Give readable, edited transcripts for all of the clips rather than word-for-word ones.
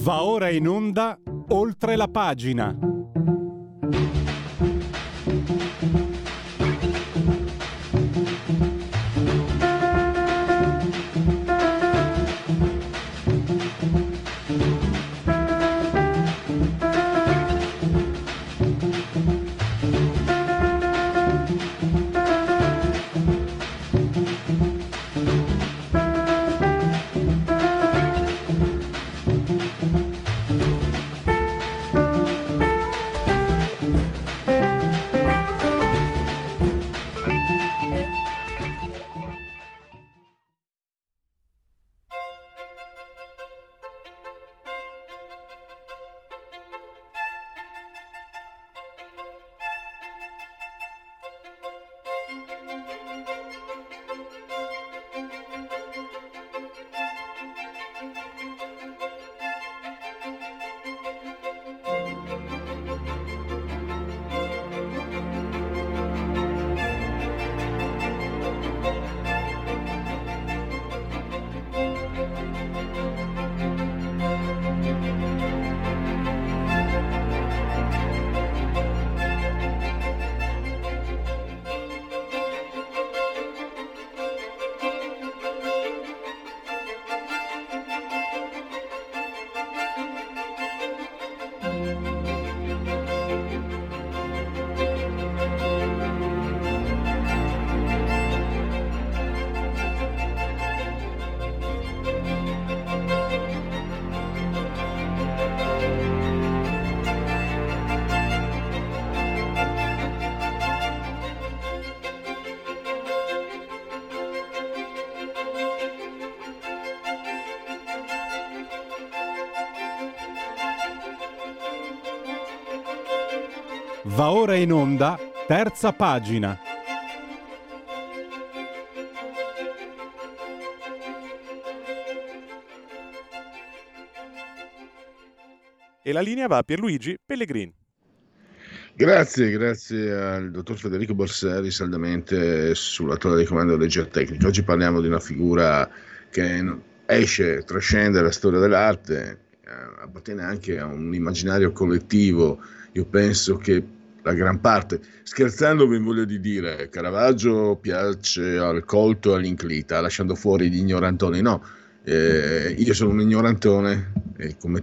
Va ora in onda Oltre la pagina. Va ora in onda Terza pagina. E la linea va a Pierluigi Pellegrini. Grazie al dottor Federico Borsari saldamente sulla torre di comando della regia tecnica. Oggi parliamo di una figura che trascende la storia dell'arte, appartiene anche a un immaginario collettivo. Io penso che la gran parte, scherzando vi voglio di dire, Caravaggio piace al colto e all'inclita, lasciando fuori gli ignorantoni. No, io sono un ignorantone e come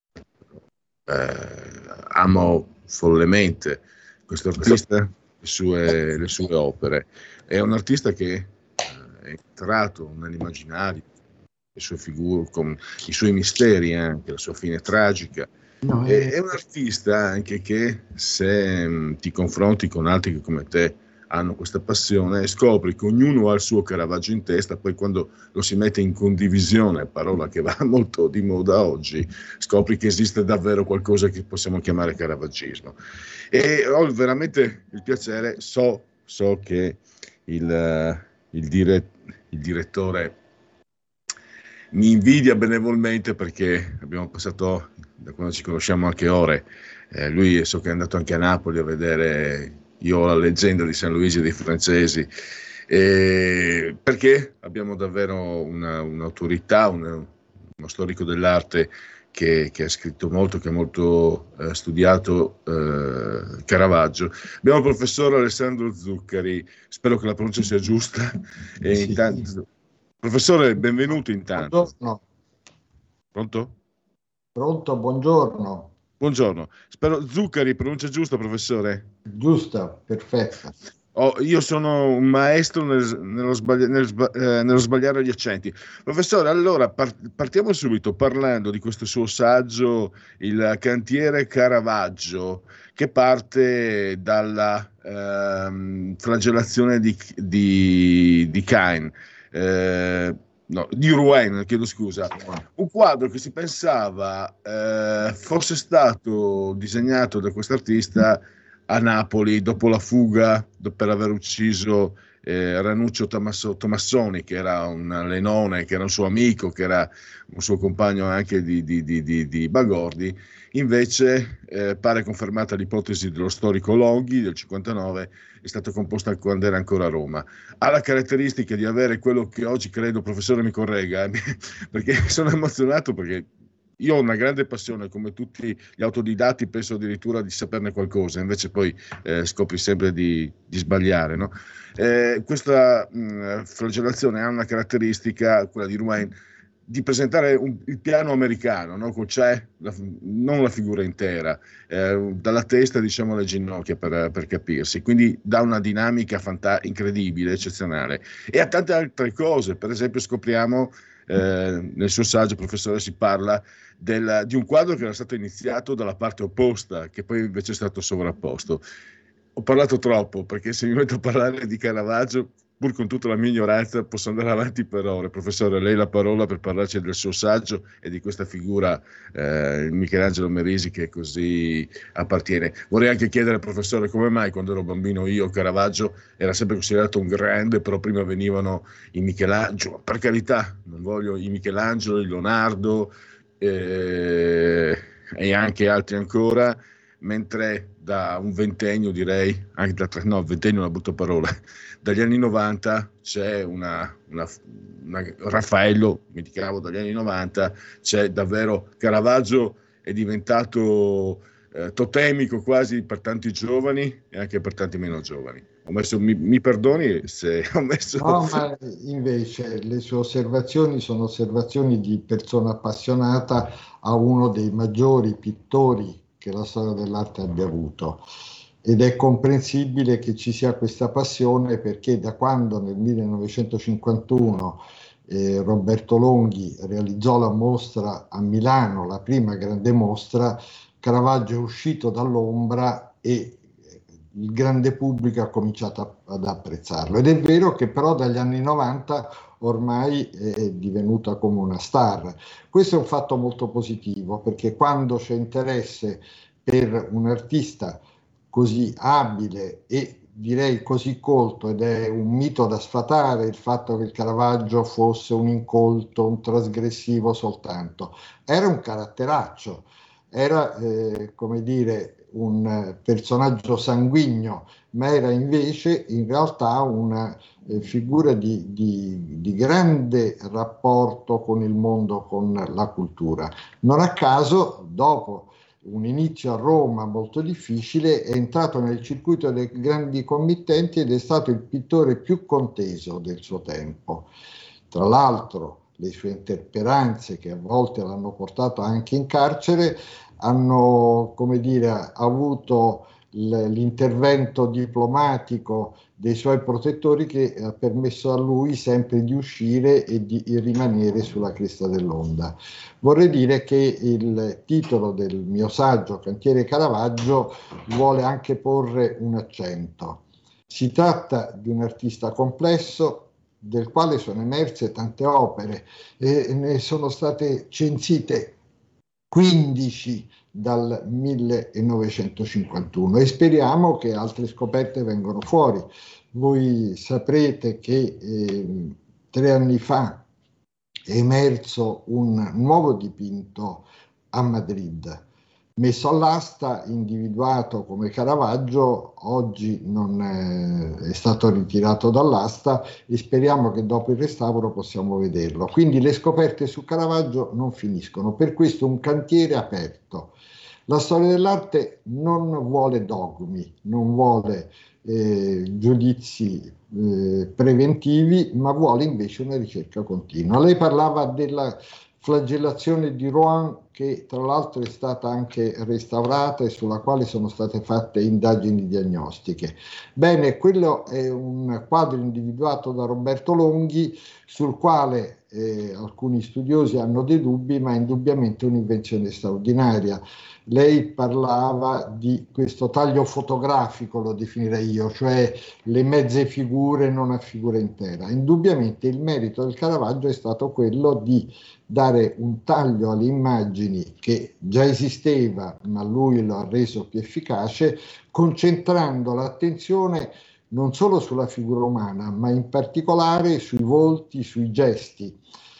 amo follemente questo artista, le sue opere. È un artista che è entrato nell'immaginario, le sue figure, con i suoi misteri, anche la sua fine tragica. È un artista anche che, se ti confronti con altri che come te hanno questa passione, scopri che ognuno ha il suo Caravaggio in testa. Poi quando lo si mette in condivisione, parola che va molto di moda oggi, scopri che esiste davvero qualcosa che possiamo chiamare caravaggismo. E ho veramente il piacere, so che il direttore mi invidia benevolmente, perché abbiamo passato, da quando ci conosciamo, anche ore. Lui so che è andato anche a Napoli a vedere Io la leggenda di San Luigi dei Francesi, perché abbiamo davvero un'autorità, uno storico dell'arte che ha scritto molto, che ha molto studiato Caravaggio. Abbiamo il professor Alessandro Zuccari, spero che la pronuncia sia giusta. E sì, intanto, sì. Professore, benvenuto intanto. Buongiorno. Pronto? Pronto, buongiorno. Buongiorno. Spero Zuccari, pronuncia giusta, professore? Giusta, perfetta. Io sono un maestro nello sbagliare gli accenti. Professore, allora partiamo subito parlando di questo suo saggio, Il cantiere Caravaggio, che parte dalla flagellazione di Cain. No, di Rouen, chiedo scusa. Un quadro che si pensava fosse stato disegnato da quest'artista a Napoli dopo la fuga, per aver ucciso Ranuccio Tomassoni, che era un Lenone, che era un suo amico, che era un suo compagno anche di Bagordi. Invece pare confermata l'ipotesi dello storico Longhi del 59, è stata composta quando era ancora a Roma. Ha la caratteristica di avere quello che oggi credo, professore mi corregga, perché sono emozionato, perché io ho una grande passione, come tutti gli autodidatti, penso addirittura di saperne qualcosa, invece poi scopri sempre di sbagliare, no? Questa flagellazione ha una caratteristica, quella di Ruane, di presentare il piano americano, no? Cioè non la figura intera, dalla testa, diciamo, alle ginocchia, per capirsi, quindi dà una dinamica incredibile, eccezionale, e ha tante altre cose. Per esempio scopriamo, nel suo saggio, professore, si parla di un quadro che era stato iniziato dalla parte opposta, che poi invece è stato sovrapposto. Ho parlato troppo, perché se mi metto a parlare di Caravaggio, pur con tutta la mia ignoranza, posso andare avanti per ore. Professore, lei la parola per parlarci del suo saggio e di questa figura, Michelangelo Merisi, che così appartiene. Vorrei anche chiedere al professore come mai, quando ero bambino io, Caravaggio era sempre considerato un grande, però prima venivano i Michelangelo, per carità, non voglio i Michelangelo, il Leonardo, e anche altri ancora, mentre da un ventennio, direi, anche no, ventennio è una brutta parola, dagli anni 90 c'è una Raffaello, mi dichiaro, dagli anni 90 c'è davvero, Caravaggio è diventato totemico quasi per tanti giovani e anche per tanti meno giovani. Mi perdoni se ho messo... No, ma invece le sue osservazioni sono osservazioni di persona appassionata a uno dei maggiori pittori che la storia dell'arte abbia avuto. Ed è comprensibile che ci sia questa passione, perché da quando nel 1951 Roberto Longhi realizzò la mostra a Milano, la prima grande mostra, Caravaggio è uscito dall'ombra e il grande pubblico ha cominciato ad apprezzarlo. Ed è vero che però dagli anni 90 ormai è divenuta come una star. Questo è un fatto molto positivo, perché quando c'è interesse per un artista così abile e direi così colto, ed è un mito da sfatare il fatto che il Caravaggio fosse un incolto, un trasgressivo soltanto, era un caratteraccio, era come dire un personaggio sanguigno, ma era invece in realtà una figura di grande rapporto con il mondo, con la cultura. Non a caso, dopo un inizio a Roma molto difficile, è entrato nel circuito dei grandi committenti ed è stato il pittore più conteso del suo tempo. Tra l'altro, le sue intemperanze, che a volte l'hanno portato anche in carcere, hanno, come dire, avuto l'intervento diplomatico dei suoi protettori, che ha permesso a lui sempre di uscire e di rimanere sulla cresta dell'onda. Vorrei dire che il titolo del mio saggio, Cantiere Caravaggio, vuole anche porre un accento. Si tratta di un artista complesso, del quale sono emerse tante opere, e ne sono state censite 15 dal 1951, e speriamo che altre scoperte vengano fuori. Voi saprete che 3 anni fa è emerso un nuovo dipinto a Madrid, messo all'asta, individuato come Caravaggio. Oggi non è stato ritirato dall'asta e speriamo che dopo il restauro possiamo vederlo. Quindi le scoperte su Caravaggio non finiscono, per questo un cantiere aperto. La storia dell'arte non vuole dogmi, non vuole giudizi preventivi, ma vuole invece una ricerca continua. Lei parlava della flagellazione di Rouen, che tra l'altro è stata anche restaurata e sulla quale sono state fatte indagini diagnostiche. Bene, quello è un quadro individuato da Roberto Longhi, sul quale alcuni studiosi hanno dei dubbi, ma è indubbiamente un'invenzione straordinaria. Lei parlava di questo taglio fotografico, lo definirei io, cioè le mezze figure non a figura intera. Indubbiamente il merito del Caravaggio è stato quello di dare un taglio alle immagini che già esisteva, ma lui lo ha reso più efficace, concentrando l'attenzione non solo sulla figura umana, ma in particolare sui volti, sui gesti.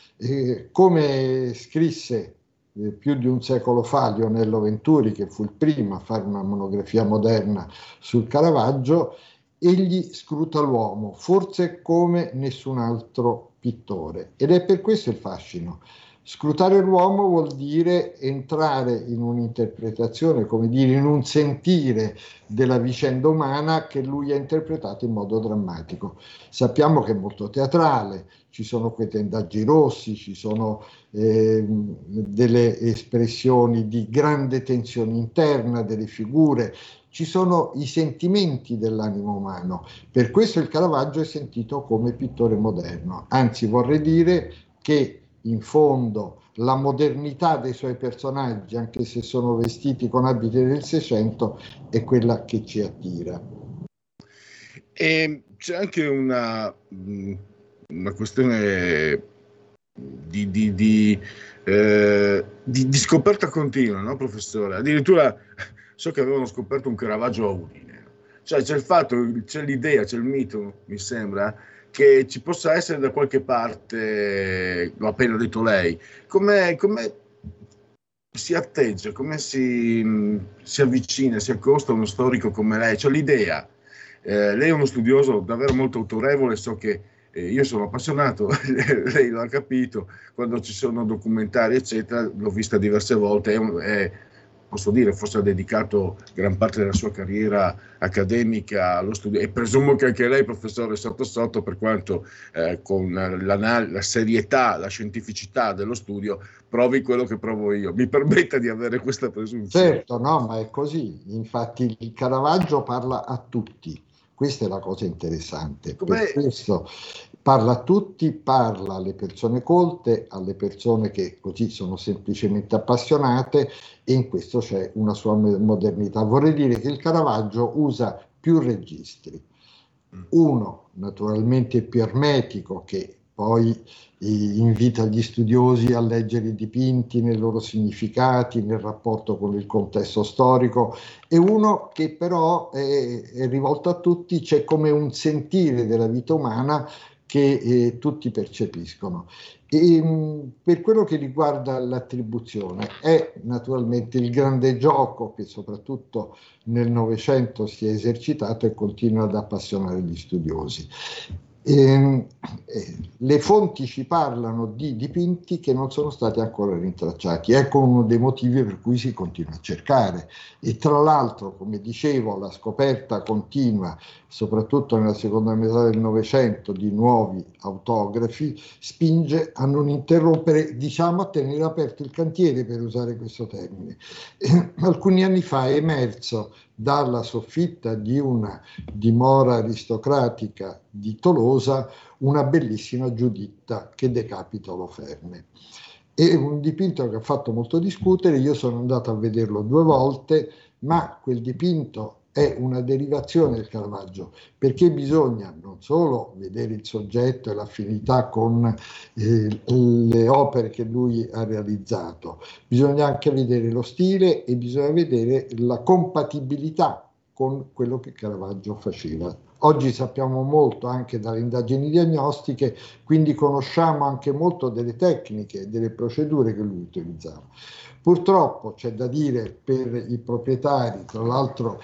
Come scrisse più di un secolo fa Lionello Venturi, che fu il primo a fare una monografia moderna sul Caravaggio, egli scruta l'uomo, forse come nessun altro pittore. Ed è per questo il fascino, Scrutare l'uomo vuol dire entrare in un'interpretazione, come dire, in un sentire della vicenda umana che lui ha interpretato in modo drammatico. Sappiamo che è molto teatrale, ci sono quei tendaggi rossi, ci sono delle espressioni di grande tensione interna, delle figure, ci sono i sentimenti dell'animo umano. Per questo il Caravaggio è sentito come pittore moderno, anzi vorrei dire che in fondo la modernità dei suoi personaggi, anche se sono vestiti con abiti del Seicento, è quella che ci attira. E c'è anche una questione di scoperta continua, no, professore? Addirittura so che avevano scoperto un Caravaggio a Udine. Cioè c'è l'idea, c'è il mito, mi sembra, che ci possa essere da qualche parte, l'ho appena detto lei, come si atteggia, come si avvicina, si accosta a uno storico come lei, cioè l'idea. Lei è uno studioso davvero molto autorevole, so che io sono appassionato, lei lo ha capito, quando ci sono documentari eccetera, l'ho vista diverse volte, posso dire, forse ha dedicato gran parte della sua carriera accademica allo studio, e presumo che anche lei, professore, sotto, per quanto con la serietà, la scientificità dello studio, provi quello che provo io. Mi permetta di avere questa presunzione. Certo, no, ma è così. Infatti il Caravaggio parla a tutti. Questa è la cosa interessante. Per questo parla a tutti, parla alle persone colte, alle persone che così sono semplicemente appassionate, e in questo c'è una sua modernità. Vorrei dire che il Caravaggio usa più registri. Uno, naturalmente, più ermetico, che poi invita gli studiosi a leggere i dipinti nei loro significati, nel rapporto con il contesto storico, e uno che però è rivolto a tutti, c'è come un sentire della vita umana che tutti percepiscono. E, per quello che riguarda l'attribuzione, è naturalmente il grande gioco che soprattutto nel Novecento si è esercitato e continua ad appassionare gli studiosi. Le fonti ci parlano di dipinti che non sono stati ancora rintracciati, ecco uno dei motivi per cui si continua a cercare, e tra l'altro, come dicevo, la scoperta continua, soprattutto nella seconda metà del Novecento, di nuovi autografi spinge a non interrompere, diciamo a tenere aperto il cantiere, per usare questo termine. Alcuni anni fa è emerso dalla soffitta di una dimora aristocratica di Tolosa una bellissima Giuditta che decapita Oloferne. È un dipinto che ha fatto molto discutere, io sono andato a vederlo 2 volte, ma quel dipinto è una derivazione del Caravaggio, perché bisogna non solo vedere il soggetto e l'affinità con le opere che lui ha realizzato, bisogna anche vedere lo stile e bisogna vedere la compatibilità con quello che Caravaggio faceva. Oggi sappiamo molto anche dalle indagini diagnostiche, quindi conosciamo anche molto delle tecniche, delle procedure che lui utilizzava. Purtroppo c'è da dire per i proprietari, tra l'altro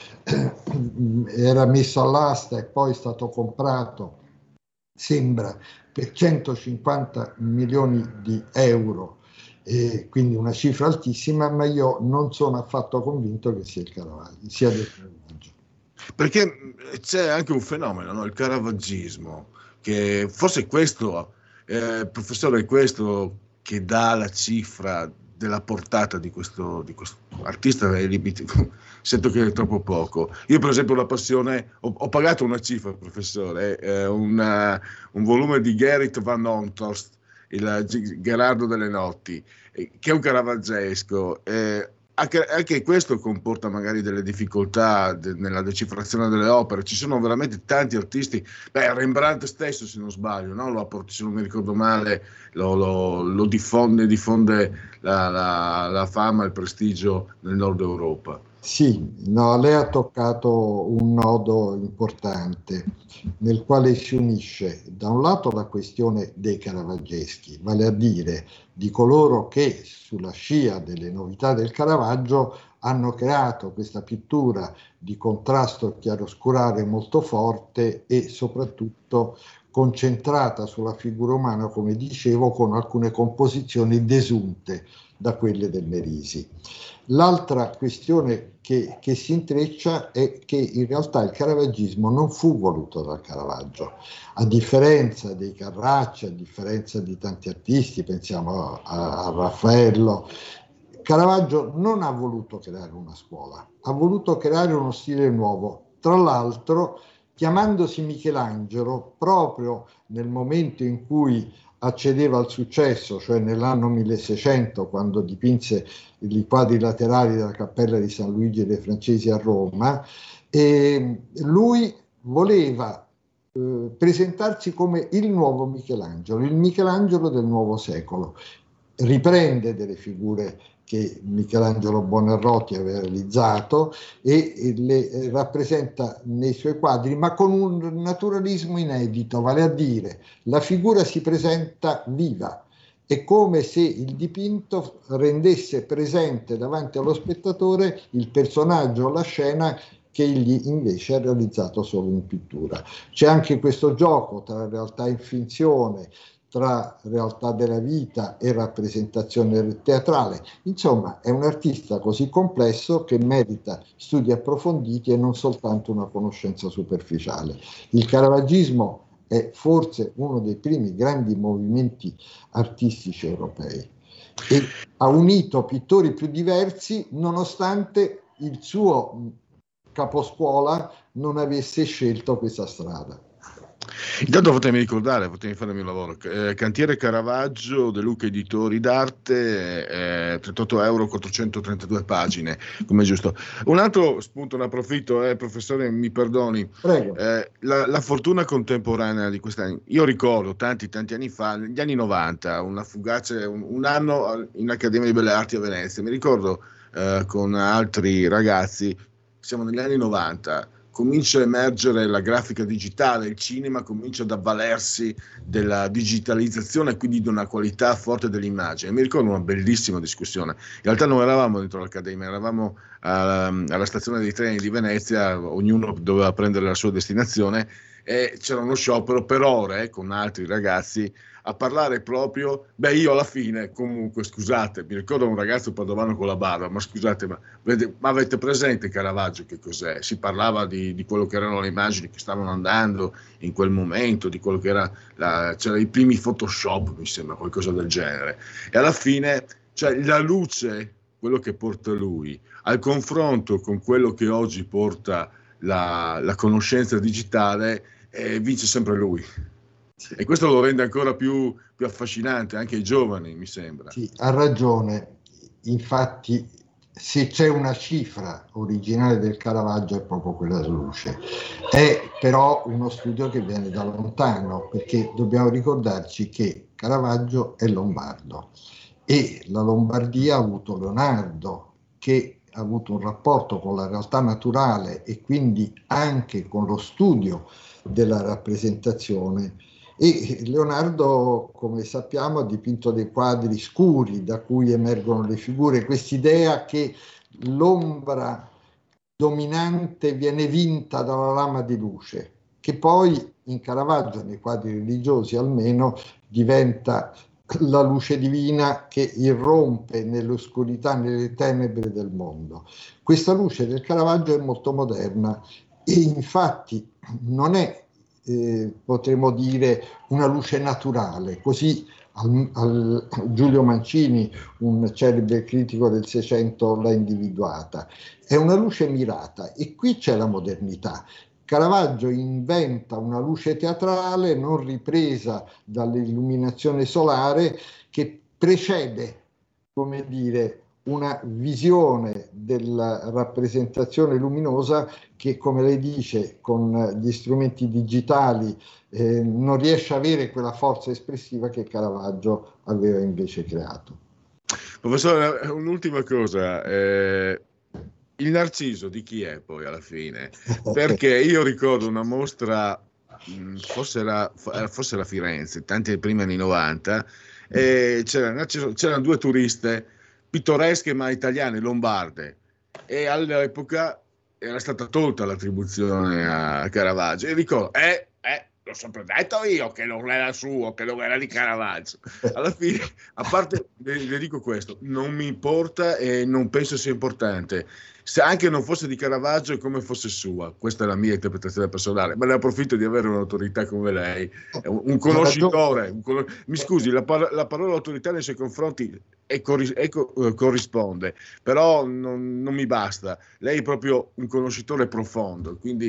era messo all'asta e poi è stato comprato, sembra, per 150 milioni di euro, quindi una cifra altissima, ma io non sono affatto convinto che sia il Caravaggio, sia del Caravaggio. Perché c'è anche un fenomeno, no? Il caravaggismo, che forse questo, professore, è questo che dà la cifra della portata di questo artista. Sento che è troppo poco. Io per esempio la passione, ho pagato una cifra, professore, un volume di Gerrit van Honthorst, il Gerardo delle notti, che è un caravaggesco. Anche questo comporta magari delle difficoltà nella decifrazione delle opere. Ci sono veramente tanti artisti. Rembrandt stesso, se non sbaglio, no? Se non mi ricordo male, lo diffonde la fama e il prestigio nel nord Europa. Sì, no, lei ha toccato un nodo importante nel quale si unisce da un lato la questione dei caravaggeschi, vale a dire di coloro che sulla scia delle novità del Caravaggio hanno creato questa pittura di contrasto chiaroscurare molto forte e soprattutto concentrata sulla figura umana, come dicevo, con alcune composizioni desunte da quelle del Merisi. L'altra questione che si intreccia è che in realtà il caravaggismo non fu voluto dal Caravaggio, a differenza dei Carracci, a differenza di tanti artisti, pensiamo a Raffaello. Caravaggio non ha voluto creare una scuola, ha voluto creare uno stile nuovo, tra l'altro chiamandosi Michelangelo proprio nel momento in cui accedeva al successo, cioè nell'anno 1600, quando dipinse i quadri laterali della Cappella di San Luigi dei Francesi a Roma, e lui voleva presentarsi come il nuovo Michelangelo, il Michelangelo del nuovo secolo. Riprende delle figure che Michelangelo Buonarroti aveva realizzato e le rappresenta nei suoi quadri, ma con un naturalismo inedito, vale a dire la figura si presenta viva. È come se il dipinto rendesse presente davanti allo spettatore il personaggio o la scena che egli invece ha realizzato solo in pittura. C'è anche questo gioco tra realtà e finzione, tra realtà della vita e rappresentazione teatrale. Insomma, è un artista così complesso che merita studi approfonditi e non soltanto una conoscenza superficiale. Il caravaggismo è forse uno dei primi grandi movimenti artistici europei e ha unito pittori più diversi nonostante il suo caposcuola non avesse scelto questa strada. Intanto fatemi ricordare, fatemi fare il mio lavoro, Cantiere Caravaggio, De Luca Editori d'Arte, 38 euro, 432 pagine, come giusto. Un altro spunto, ne approfitto, professore, mi perdoni, Prego. La fortuna contemporanea di quest'anno. Io ricordo tanti anni fa, negli anni 90, una fugace, un anno in Accademia di Belle Arti a Venezia, mi ricordo con altri ragazzi, siamo negli anni 90, comincia a emergere la grafica digitale, il cinema comincia ad avvalersi della digitalizzazione e quindi di una qualità forte dell'immagine. Mi ricordo una bellissima discussione. In realtà non eravamo dentro l'Accademia, eravamo alla stazione dei treni di Venezia, ognuno doveva prendere la sua destinazione e c'era uno sciopero per ore con altri ragazzi a parlare proprio, io alla fine, comunque, scusate, mi ricordo un ragazzo padovano con la barba, ma scusate, ma avete presente Caravaggio che cos'è? Si parlava di quello che erano le immagini che stavano andando in quel momento, di quello che era, c'era i primi Photoshop, mi sembra, qualcosa del genere. E alla fine, cioè, la luce, quello che porta lui, al confronto con quello che oggi porta la conoscenza digitale, vince sempre lui. E questo lo rende ancora più affascinante anche ai giovani, mi sembra. Sì, ha ragione. Infatti, se c'è una cifra originale del Caravaggio è proprio quella della luce. È però uno studio che viene da lontano, perché dobbiamo ricordarci che Caravaggio è lombardo e la Lombardia ha avuto Leonardo, che ha avuto un rapporto con la realtà naturale e quindi anche con lo studio della rappresentazione. E Leonardo, come sappiamo, ha dipinto dei quadri scuri da cui emergono le figure, quest'idea che l'ombra dominante viene vinta dalla lama di luce, che poi in Caravaggio, nei quadri religiosi almeno, diventa la luce divina che irrompe nell'oscurità, nelle tenebre del mondo. Questa luce del Caravaggio è molto moderna e infatti non è potremmo dire una luce naturale, così Giulio Mancini, un celebre critico del Seicento, l'ha individuata. È una luce mirata e qui c'è la modernità. Caravaggio inventa una luce teatrale non ripresa dall'illuminazione solare che precede, come dire, una visione della rappresentazione luminosa che, come lei dice, con gli strumenti digitali non riesce a avere quella forza espressiva che Caravaggio aveva invece creato. Professore, un'ultima cosa. Il Narciso di chi è poi alla fine? Perché io ricordo una mostra, forse era a Firenze, tanti primi anni 90, e c'erano due turiste pittoresche ma italiane, lombarde, e all'epoca era stata tolta l'attribuzione a Caravaggio e ricordo, l'ho sempre detto io che non era suo, che non era di Caravaggio. Alla fine, a parte, le dico questo, non mi importa e non penso sia importante. Se anche non fosse di Caravaggio, è come fosse sua. Questa è la mia interpretazione personale, ma ne approfitto di avere un'autorità come lei, un conoscitore. Mi scusi, la parola autorità nei suoi confronti corrisponde, però non mi basta. Lei è proprio un conoscitore profondo, quindi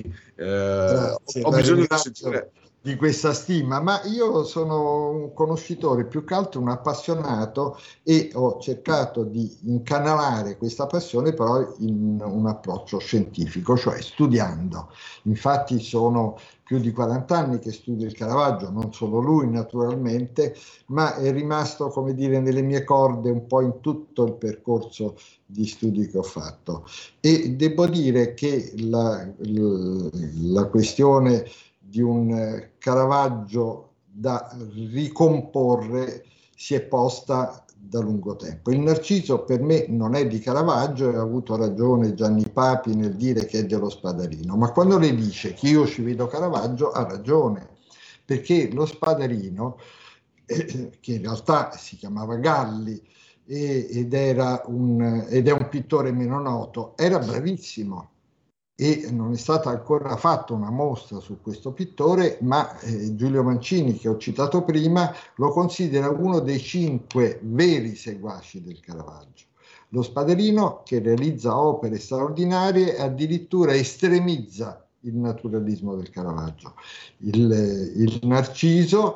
ho bisogno di sentire di questa stima, ma io sono un conoscitore, più che altro un appassionato, e ho cercato di incanalare questa passione però in un approccio scientifico, cioè studiando. Infatti sono più di 40 anni che studio il Caravaggio, non solo lui naturalmente, ma è rimasto, come dire, nelle mie corde un po' in tutto il percorso di studi che ho fatto. E devo dire che la questione di un Caravaggio da ricomporre si è posta da lungo tempo. Il Narciso per me non è di Caravaggio, e ha avuto ragione Gianni Papi nel dire che è dello Spadarino, ma quando le dice che io ci vedo Caravaggio ha ragione, perché lo Spadarino, che in realtà si chiamava Galli ed è un pittore meno noto, era bravissimo. E non è stata ancora fatta una mostra su questo pittore, ma Giulio Mancini, che ho citato prima, lo considera uno dei 5 veri seguaci del Caravaggio. Lo Spadarino, che realizza opere straordinarie, addirittura estremizza il naturalismo del Caravaggio. Il Narciso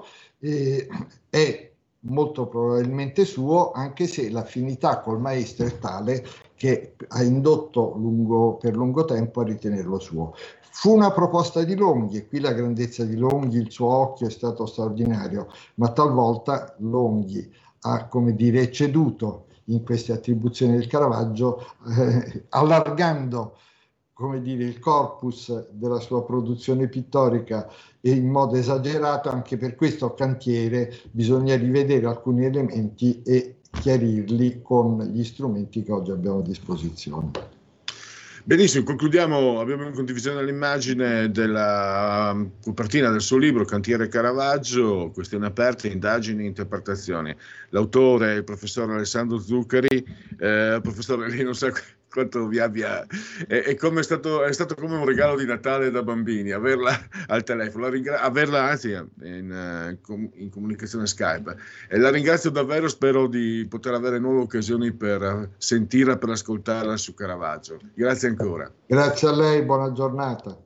è molto probabilmente suo, anche se l'affinità col maestro è tale che ha indotto per lungo tempo a ritenerlo suo. Fu una proposta di Longhi, e qui la grandezza di Longhi, il suo occhio è stato straordinario, ma talvolta Longhi ha, come dire, ecceduto in queste attribuzioni del Caravaggio, allargando, come dire, il corpus della sua produzione pittorica e in modo esagerato. Anche per questo cantiere bisogna rivedere alcuni elementi e chiarirli con gli strumenti che oggi abbiamo a disposizione. Benissimo, concludiamo, abbiamo in condivisione l'immagine della copertina del suo libro Cantiere Caravaggio, questioni aperte, indagini, interpretazioni. L'autore è il professor Alessandro Zuccari. Professore, lei non sa quanto vi abbia, è stato come un regalo di Natale da bambini averla al telefono, averla anzi in comunicazione Skype, e la ringrazio davvero. Spero di poter avere nuove occasioni per sentirla, per ascoltarla su Caravaggio. Grazie ancora. Grazie a lei, buona giornata.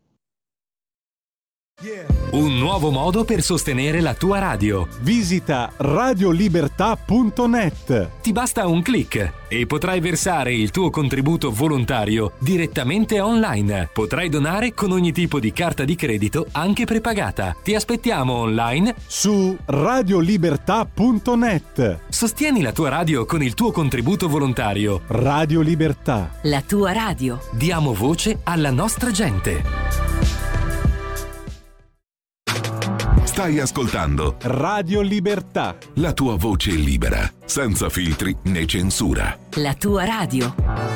Un nuovo modo per sostenere la tua radio. Visita radiolibertà.net. Ti basta un click e potrai versare il tuo contributo volontario direttamente online. Potrai donare con ogni tipo di carta di credito, anche prepagata. Ti aspettiamo online su radiolibertà.net. Sostieni la tua radio con il tuo contributo volontario. Radio Libertà. La tua radio. Diamo voce alla nostra gente. Stai ascoltando Radio Libertà. La tua voce libera, senza filtri né censura. La tua radio.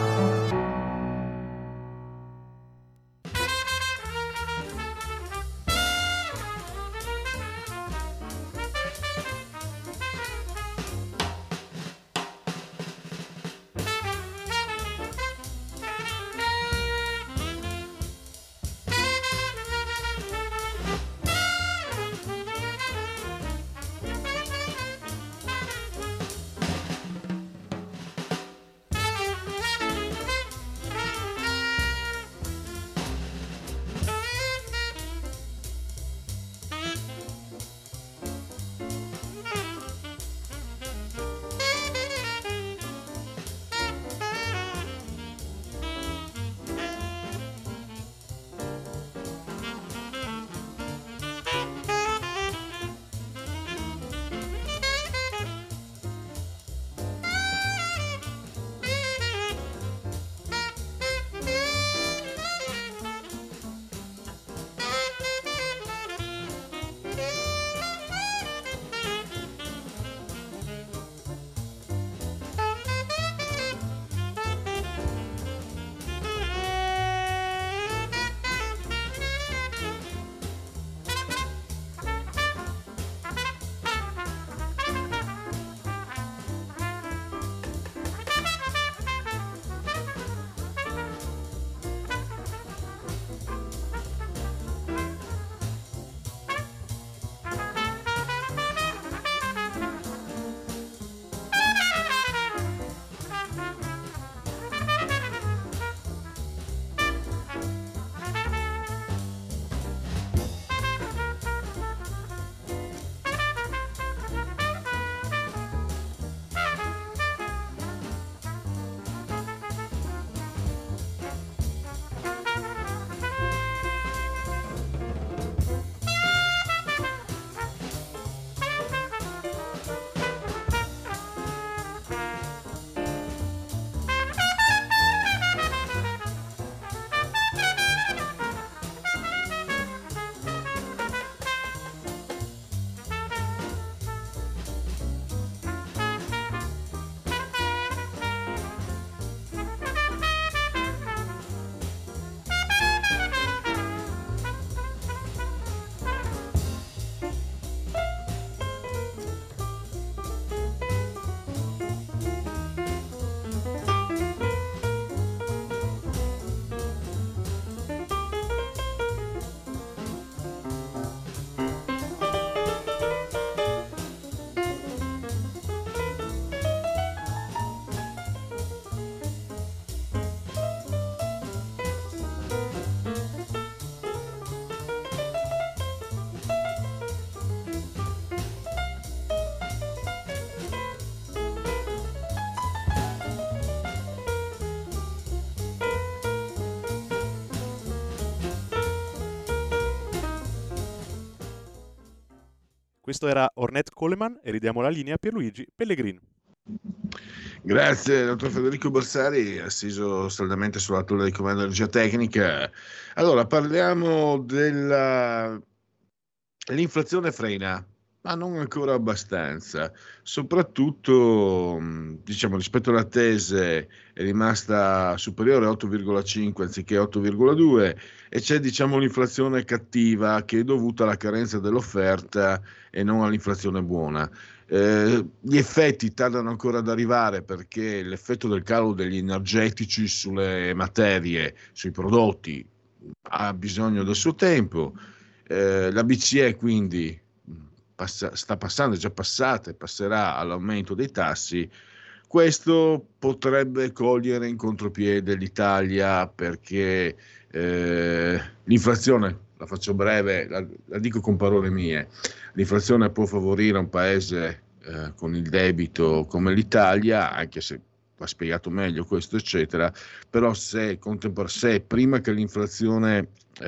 Questo era Ornette Coleman e ridiamo la linea a Pierluigi Pellegrin. Grazie, dottor Federico Borsari, assiso saldamente sulla tolla di comando di energia tecnica. Allora, parliamo dell'inflazione frena, ma non ancora abbastanza. Soprattutto, diciamo, rispetto alle attese è rimasta superiore a 8,5 anziché 8,2 e c'è, diciamo, l'inflazione cattiva che è dovuta alla carenza dell'offerta e non all'inflazione buona. Gli effetti tardano ancora ad arrivare perché l'effetto del calo degli energetici sulle materie, sui prodotti, ha bisogno del suo tempo. La BCE quindi sta passando, è già passata e passerà all'aumento dei tassi. Questo potrebbe cogliere in contropiede l'Italia perché l'inflazione, la faccio breve, la dico con parole mie, l'inflazione può favorire un paese con il debito come l'Italia, anche se va spiegato meglio questo eccetera, però se prima che l'inflazione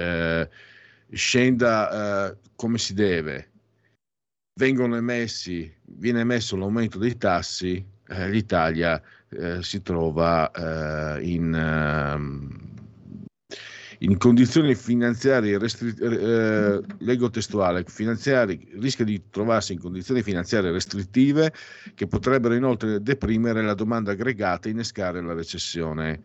scenda come si deve, viene emesso l'aumento dei tassi, l'Italia si trova in condizioni finanziarie leggo testuale, rischia di trovarsi in condizioni finanziarie restrittive che potrebbero inoltre deprimere la domanda aggregata e innescare la recessione.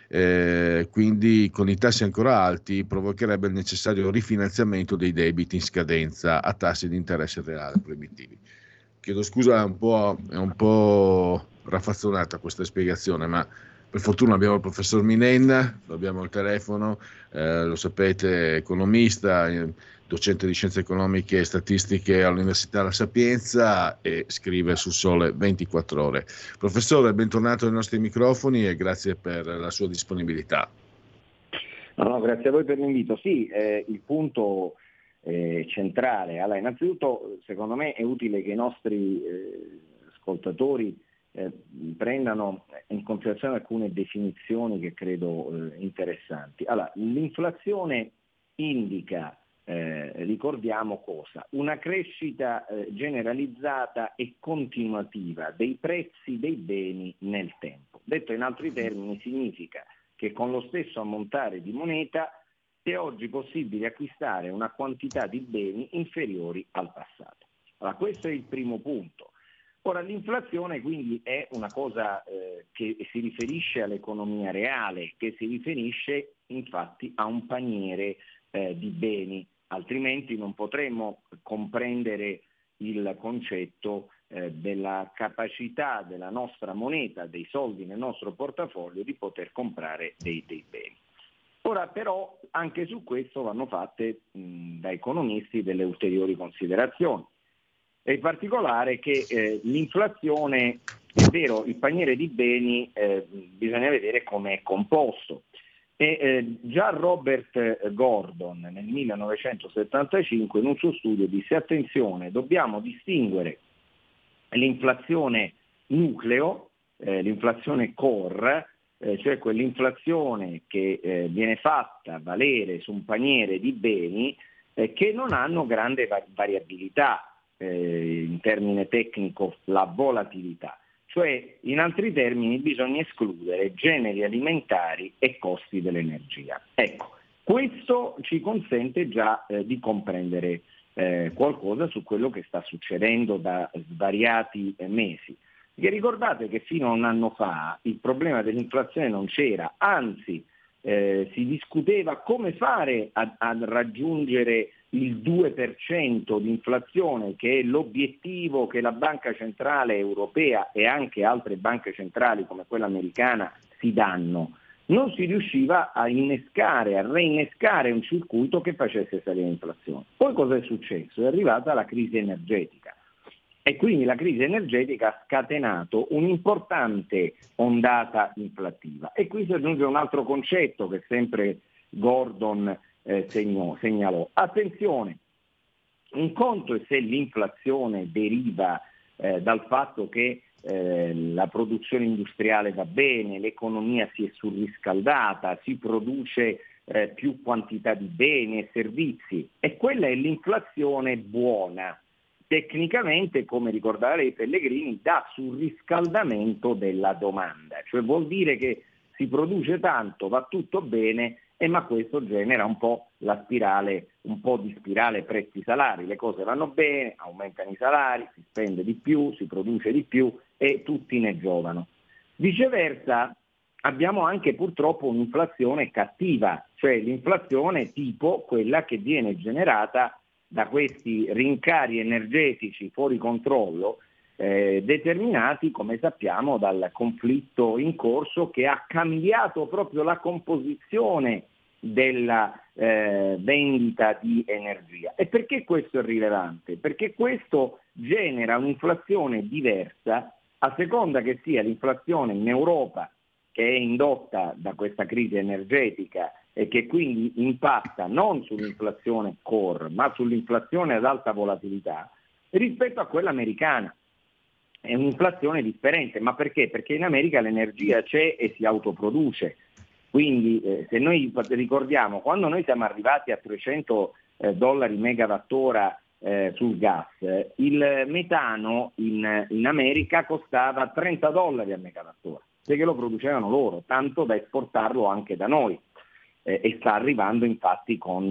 Quindi con i tassi ancora alti provocherebbe il necessario rifinanziamento dei debiti in scadenza a tassi di interesse reale proibitivi. Chiedo scusa, è un po' raffazzonata questa spiegazione, ma per fortuna abbiamo il professor Minenna, lo abbiamo al telefono, lo sapete, economista, docente di scienze economiche e statistiche all'Università La Sapienza e scrive sul Sole 24 Ore. Professore, bentornato ai nostri microfoni e grazie per la sua disponibilità. No, grazie a voi per l'invito. Sì, il punto centrale. Allora, innanzitutto, secondo me è utile che i nostri ascoltatori prendano in considerazione alcune definizioni che credo interessanti. Allora, l'inflazione indica, ricordiamo cosa? Una crescita generalizzata e continuativa dei prezzi dei beni nel tempo. Detto in altri termini, significa che con lo stesso ammontare di moneta è oggi possibile acquistare una quantità di beni inferiori al passato. Allora, questo è il primo punto. Ora, l'inflazione quindi è una cosa che si riferisce all'economia reale, che si riferisce infatti a un paniere di beni, altrimenti non potremmo comprendere il concetto della capacità della nostra moneta, dei soldi nel nostro portafoglio, di poter comprare dei beni. Ora però anche su questo vanno fatte da economisti delle ulteriori considerazioni. E in particolare che l'inflazione, è vero, il paniere di beni bisogna vedere come è composto. E già Robert Gordon nel 1975 in un suo studio disse: attenzione, dobbiamo distinguere l'inflazione nucleo, l'inflazione core, cioè quell'inflazione che viene fatta valere su un paniere di beni che non hanno grande variabilità, in termine tecnico la volatilità, cioè in altri termini bisogna escludere generi alimentari e costi dell'energia. Ecco, questo ci consente già di comprendere qualcosa su quello che sta succedendo da svariati mesi. Perché ricordate che fino a un anno fa il problema dell'inflazione non c'era, anzi si discuteva come fare a raggiungere il 2% di inflazione, che è l'obiettivo che la Banca Centrale Europea e anche altre banche centrali come quella americana si danno. Non si riusciva a reinnescare un circuito che facesse salire l'inflazione. Poi cosa è successo? È arrivata la crisi energetica. E quindi la crisi energetica ha scatenato un'importante ondata inflattiva. E qui si aggiunge un altro concetto che sempre Gordon segnalò. Attenzione, un conto è se l'inflazione deriva dal fatto che la produzione industriale va bene, l'economia si è surriscaldata, si produce più quantità di beni e servizi, e quella è l'inflazione buona. tecnicamente, come ricordava lei Pellegrini, da surriscaldamento della domanda, cioè vuol dire che si produce tanto, va tutto bene, ma questo genera un po' la spirale, un po' di spirale prezzi-salari, le cose vanno bene, aumentano i salari, si spende di più, si produce di più e tutti ne giovano. Viceversa abbiamo anche purtroppo un'inflazione cattiva, cioè l'inflazione tipo quella che viene generata da questi rincari energetici fuori controllo, determinati, come sappiamo, dal conflitto in corso che ha cambiato proprio la composizione della vendita di energia. E perché questo è rilevante? Perché questo genera un'inflazione diversa a seconda che sia l'inflazione in Europa, che è indotta da questa crisi energetica e che quindi impatta non sull'inflazione core, ma sull'inflazione ad alta volatilità, rispetto a quella americana. È un'inflazione differente, ma perché? Perché in America l'energia c'è e si autoproduce. Quindi se noi ricordiamo, quando noi siamo arrivati a $300 megawattora sul gas, il metano in America costava $30 a megawattora, perché lo producevano loro, tanto da esportarlo anche da noi, e sta arrivando infatti con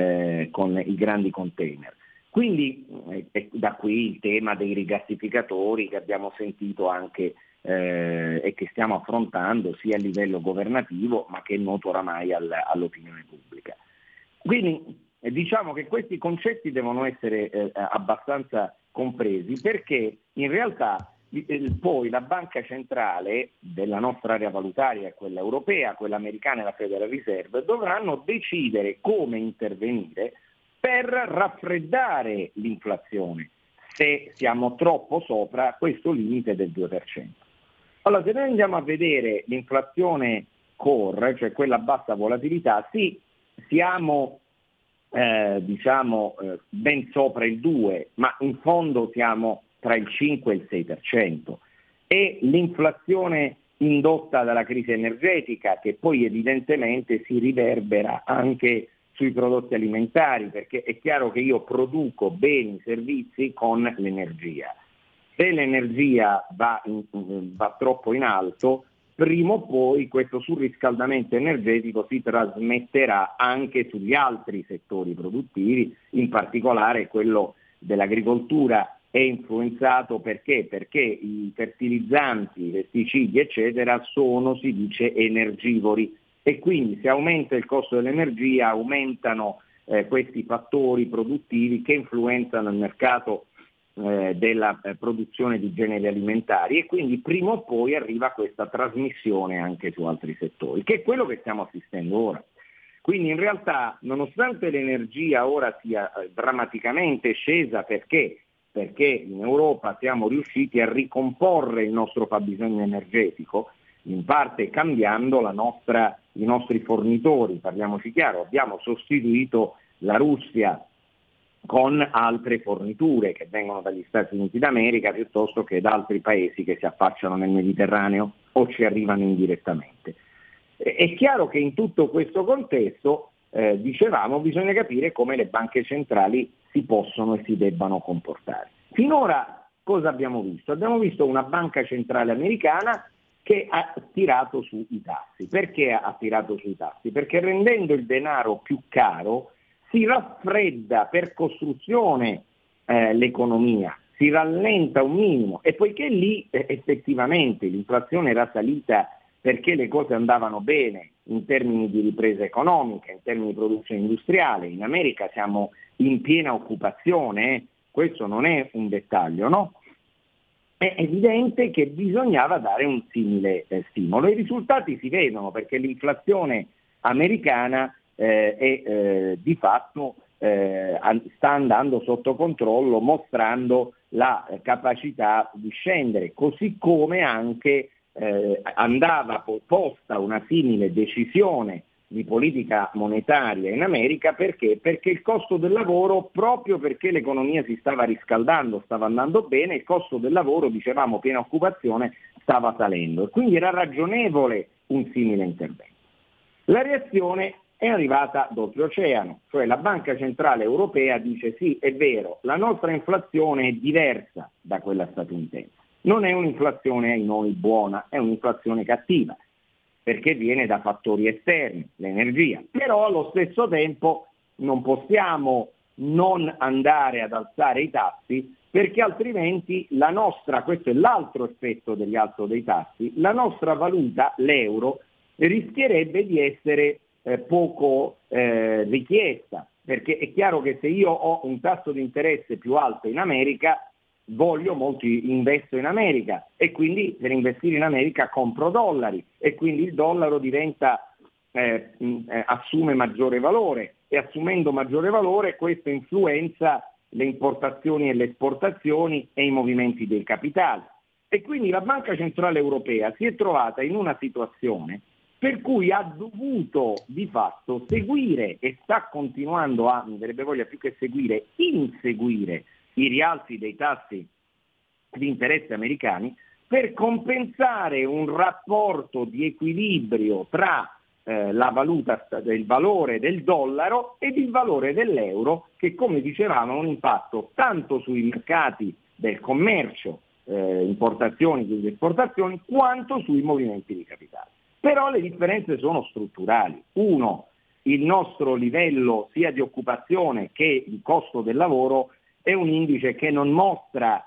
i grandi container. Quindi da qui il tema dei rigassificatori che abbiamo sentito anche e che stiamo affrontando sia a livello governativo, ma che è noto oramai all'opinione pubblica. Quindi diciamo che questi concetti devono essere abbastanza compresi, perché in realtà poi la banca centrale della nostra area valutaria, quella europea, quella americana e la Federal Reserve, dovranno decidere come intervenire per raffreddare l'inflazione, se siamo troppo sopra questo limite del 2%. Allora, se noi andiamo a vedere l'inflazione core, cioè quella a bassa volatilità, sì, siamo ben sopra il 2%, ma in fondo siamo tra il 5 e il 6%. E l'inflazione indotta dalla crisi energetica, che poi evidentemente si riverbera anche sui prodotti alimentari, perché è chiaro che io produco beni, servizi con l'energia. Se l'energia va troppo in alto, prima o poi questo surriscaldamento energetico si trasmetterà anche sugli altri settori produttivi, in particolare quello dell'agricoltura è influenzato perché i fertilizzanti, i pesticidi eccetera sono, si dice, energivori, e quindi se aumenta il costo dell'energia aumentano questi fattori produttivi che influenzano il mercato della produzione di generi alimentari, e quindi prima o poi arriva questa trasmissione anche su altri settori, che è quello che stiamo assistendo ora. Quindi in realtà, nonostante l'energia ora sia drammaticamente scesa, perché in Europa siamo riusciti a ricomporre il nostro fabbisogno energetico, in parte cambiando i nostri fornitori, parliamoci chiaro, abbiamo sostituito la Russia con altre forniture che vengono dagli Stati Uniti d'America piuttosto che da altri paesi che si affacciano nel Mediterraneo o ci arrivano indirettamente. È chiaro che in tutto questo contesto, dicevamo, bisogna capire come le banche centrali si possono e si debbano comportare. Finora cosa abbiamo visto? Abbiamo visto una banca centrale americana che ha tirato su i tassi. Perché ha tirato sui tassi? Perché rendendo il denaro più caro si raffredda per costruzione l'economia, si rallenta un minimo, e poiché lì effettivamente l'inflazione era salita perché le cose andavano bene in termini di ripresa economica, in termini di produzione industriale, in America siamo in piena occupazione, questo non è un dettaglio, no? È evidente che bisognava dare un simile stimolo. I risultati si vedono perché l'inflazione americana di fatto sta andando sotto controllo, mostrando la capacità di scendere, così come anche andava posta una simile decisione di politica monetaria in America. Perché? Perché il costo del lavoro, proprio perché l'economia si stava riscaldando, stava andando bene, il costo del lavoro, dicevamo, piena occupazione, stava salendo, e quindi era ragionevole un simile intervento. La reazione è arrivata d'oltreoceano, cioè la Banca Centrale Europea dice sì, è vero, la nostra inflazione è diversa da quella statunitense, non è un'inflazione ai noi buona, è un'inflazione cattiva, perché viene da fattori esterni, l'energia, però allo stesso tempo non possiamo non andare ad alzare i tassi, perché altrimenti la nostra, questo è l'altro effetto degli alzo dei tassi, la nostra valuta, l'euro, rischierebbe di essere poco richiesta, perché è chiaro che se io ho un tasso di interesse più alto in America, investo in America e quindi per investire in America compro dollari e quindi il dollaro assume maggiore valore e assumendo maggiore valore questo influenza le importazioni e le esportazioni e i movimenti dei capitali. E quindi la Banca Centrale Europea si è trovata in una situazione per cui ha dovuto di fatto seguire e sta continuando a, mi verrebbe voglia più che seguire, inseguire i rialzi dei tassi di interesse americani per compensare un rapporto di equilibrio tra la valuta, il valore del dollaro ed il valore dell'euro, che come dicevamo ha un impatto tanto sui mercati del commercio, importazioni ed esportazioni, quanto sui movimenti di capitale. Però le differenze sono strutturali. Uno, il nostro livello sia di occupazione che il costo del lavoro è un indice che non mostra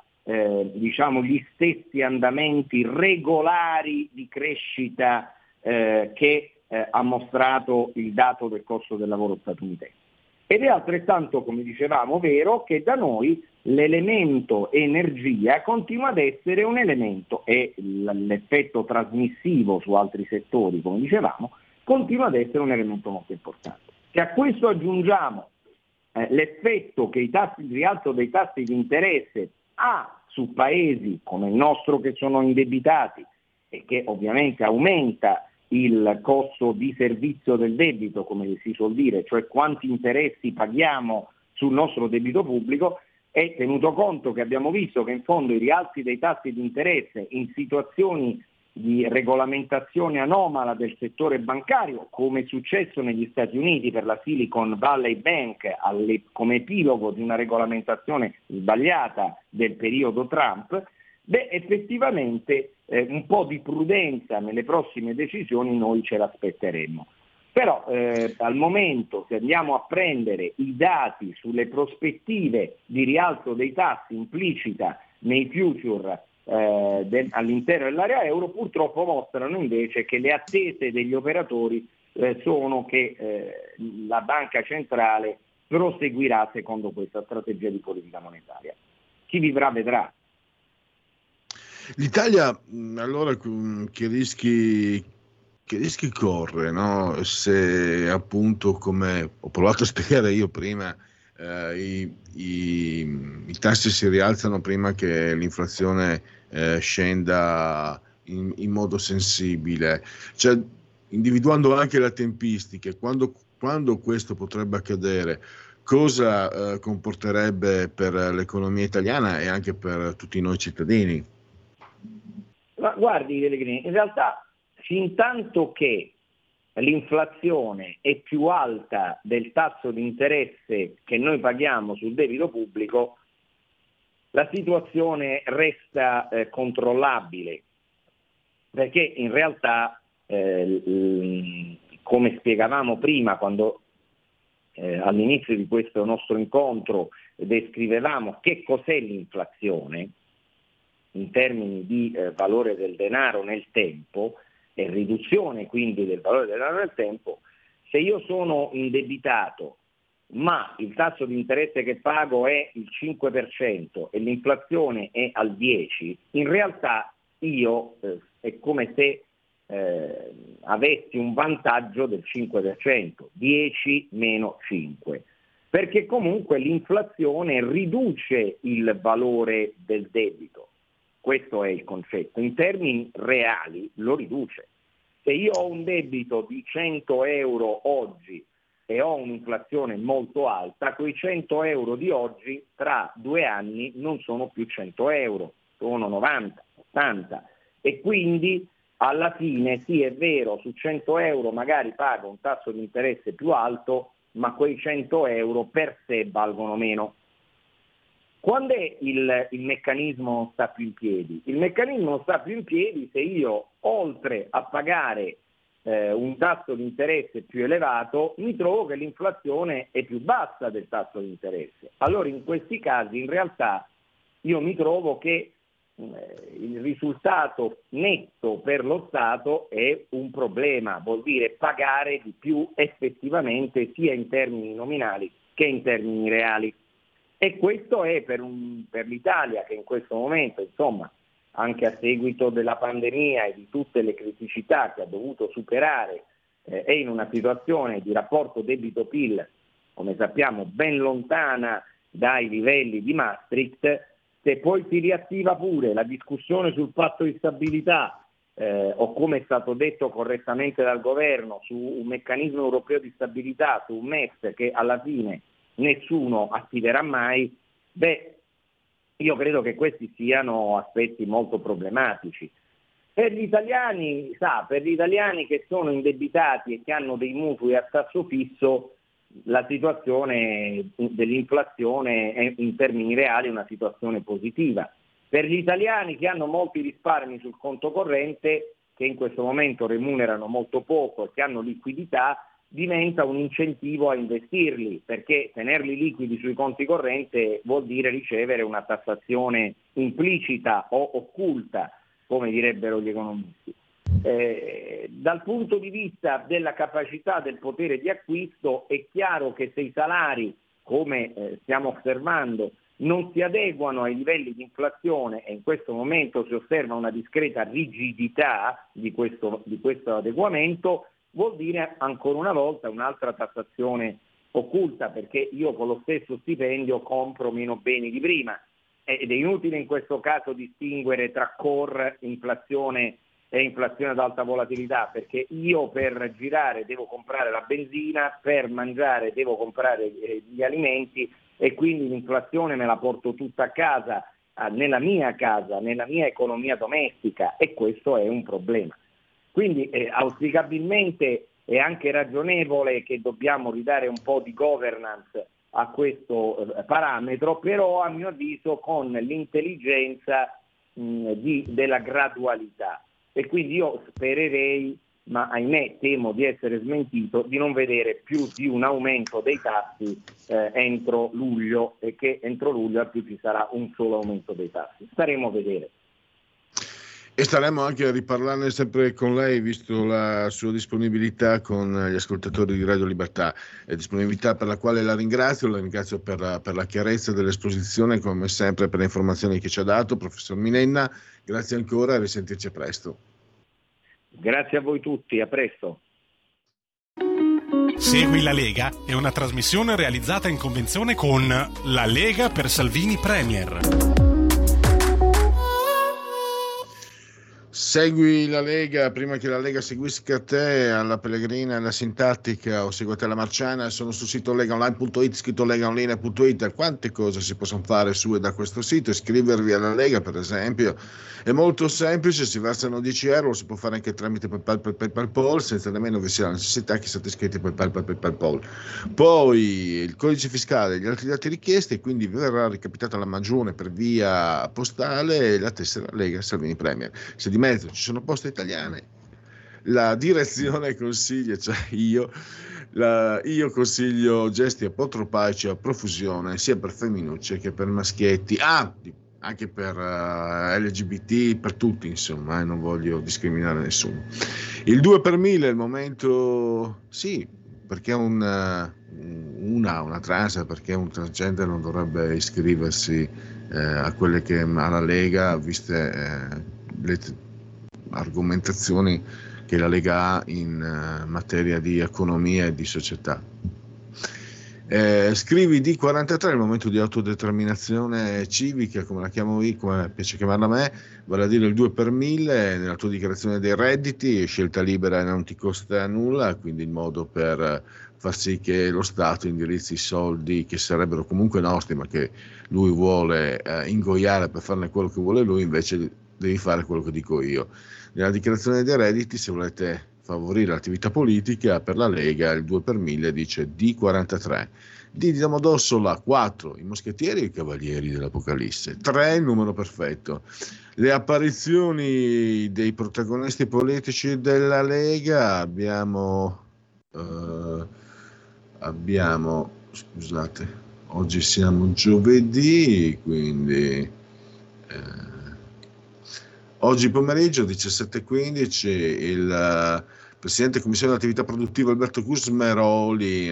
gli stessi andamenti regolari di crescita che ha mostrato il dato del costo del lavoro statunitense. Ed è altrettanto, come dicevamo, vero che da noi l'elemento energia continua ad essere un elemento e l'effetto trasmissivo su altri settori, come dicevamo, continua ad essere un elemento molto importante. Se a questo aggiungiamo l'effetto che il rialzo dei tassi di interesse ha su paesi come il nostro che sono indebitati e che ovviamente aumenta il costo di servizio del debito, come si suol dire, cioè quanti interessi paghiamo sul nostro debito pubblico, è tenuto conto che abbiamo visto che in fondo i rialzi dei tassi di interesse in situazioni di regolamentazione anomala del settore bancario, come è successo negli Stati Uniti per la Silicon Valley Bank come epilogo di una regolamentazione sbagliata del periodo Trump, effettivamente un po' di prudenza nelle prossime decisioni noi ce l'aspetteremmo. Però al momento, se andiamo a prendere i dati sulle prospettive di rialzo dei tassi implicita nei future all'interno dell'area euro, purtroppo mostrano invece che le attese degli operatori sono che la banca centrale proseguirà secondo questa strategia di politica monetaria. Chi vivrà vedrà. L'Italia allora che rischi corre, no? Se appunto, come ho provato a spiegare io prima, i tassi si rialzano prima che l'inflazione scenda in modo sensibile, cioè individuando anche le tempistiche, quando questo potrebbe accadere, cosa comporterebbe per l'economia italiana e anche per tutti noi cittadini? Ma guardi Pellegrini, in realtà fintanto che l'inflazione è più alta del tasso di interesse che noi paghiamo sul debito pubblico, la situazione resta controllabile, perché in realtà, come spiegavamo prima, quando all'inizio di questo nostro incontro descrivevamo che cos'è l'inflazione, in termini di valore del denaro nel tempo e riduzione quindi del valore del denaro nel tempo, se io sono indebitato ma il tasso di interesse che pago è il 5% e l'inflazione è al 10%, in realtà io è come se avessi un vantaggio del 5%, 10 meno 5%, perché comunque l'inflazione riduce il valore del debito. Questo è il concetto, in termini reali lo riduce. Se io ho un debito di 100 euro oggi e ho un'inflazione molto alta, quei 100 euro di oggi tra 2 anni non sono più 100 euro, sono 90, 80 e quindi alla fine sì, è vero, su 100 euro magari paga un tasso di interesse più alto, ma quei 100 euro per sé valgono meno. Quando è il meccanismo sta più in piedi? Il meccanismo sta più in piedi se io, oltre a pagare un tasso di interesse più elevato, mi trovo che l'inflazione è più bassa del tasso di interesse. Allora in questi casi in realtà io mi trovo che il risultato netto per lo Stato è un problema, vuol dire pagare di più effettivamente sia in termini nominali che in termini reali. E questo è per l'Italia, che in questo momento, insomma, anche a seguito della pandemia e di tutte le criticità che ha dovuto superare, è in una situazione di rapporto debito-PIL, come sappiamo, ben lontana dai livelli di Maastricht. Se poi si riattiva pure la discussione sul patto di stabilità o, come è stato detto correttamente dal governo, su un meccanismo europeo di stabilità, su un MES che alla fine nessuno attiverà mai, io credo che questi siano aspetti molto problematici. Per gli italiani che sono indebitati e che hanno dei mutui a tasso fisso, la situazione dell'inflazione è in termini reali una situazione positiva. Per gli italiani che hanno molti risparmi sul conto corrente, che in questo momento remunerano molto poco e che hanno liquidità, diventa un incentivo a investirli, perché tenerli liquidi sui conti correnti vuol dire ricevere una tassazione implicita o occulta, come direbbero gli economisti. Dal punto di vista della capacità del potere di acquisto è chiaro che se i salari, come stiamo osservando, non si adeguano ai livelli di inflazione, e in questo momento si osserva una discreta rigidità di questo adeguamento, vuol dire ancora una volta un'altra tassazione occulta, perché io con lo stesso stipendio compro meno beni di prima, ed è inutile in questo caso distinguere tra core, inflazione e inflazione ad alta volatilità, perché io per girare devo comprare la benzina, per mangiare devo comprare gli alimenti, e quindi l'inflazione me la porto tutta a casa, nella mia economia domestica, e questo è un problema. Quindi auspicabilmente è anche ragionevole che dobbiamo ridare un po' di governance a questo parametro, però a mio avviso con l'intelligenza della gradualità. E quindi io spererei, ma ahimè temo di essere smentito, di non vedere più di un aumento dei tassi entro luglio, e che entro luglio al più ci sarà un solo aumento dei tassi. Staremo a vedere. E staremo anche a riparlarne sempre con lei, visto la sua disponibilità con gli ascoltatori di Radio Libertà, disponibilità per la quale la ringrazio per la chiarezza dell'esposizione, come sempre per le informazioni che ci ha dato, professor Minenna. Grazie ancora e a risentirci presto. Grazie a voi tutti, a presto. Segui la Lega è una trasmissione realizzata in convenzione con La Lega per Salvini Premier. Segui la Lega prima che la Lega seguisca te, alla Pellegrina, alla Sintattica, o seguite la Marciana. Sono sul sito legaonline.it, scritto legaonline.it. Quante cose si possono fare su e da questo sito? Iscrivervi alla Lega, per esempio, è molto semplice, si versano 10 euro, lo si può fare anche tramite PayPal, senza nemmeno vi sia la necessità che siate iscritti a PayPal. Poi il codice fiscale e gli altri dati richiesti, e quindi vi verrà recapitata la magione per via postale la tessera Lega Salvini Premier. Se di mezzo ci sono poste italiane, la direzione consiglia, cioè io consiglio gesti apotropaici a profusione, sia per femminucce che per maschietti, anche per LGBT, per tutti, insomma, non voglio discriminare nessuno. Il 2 per 1000 è il momento, sì, perché una trans, perché un transgender non dovrebbe iscriversi a quelle che alla Lega, viste le argomentazioni che la Lega ha in materia di economia e di società. Scrivi D43, il momento di autodeterminazione civica, come la chiamo io, come piace chiamarla a me, vale a dire il 2 per 1000 nella tua dichiarazione dei redditi, scelta libera e non ti costa nulla, quindi il modo per far sì che lo Stato indirizzi i soldi che sarebbero comunque nostri, ma che lui vuole ingoiare per farne quello che vuole lui, invece devi fare quello che dico io. Nella dichiarazione dei redditi, se volete favorire l'attività politica, per la Lega il 2 per 1000 dice D43. D di Domodossola 4, i moschettieri e i cavalieri dell'Apocalisse. 3, il numero perfetto. Le apparizioni dei protagonisti politici della Lega abbiamo, scusate, oggi siamo giovedì, quindi oggi pomeriggio 17:15 il Presidente Commissione dell'Attività Produttiva Alberto Cusmeroli,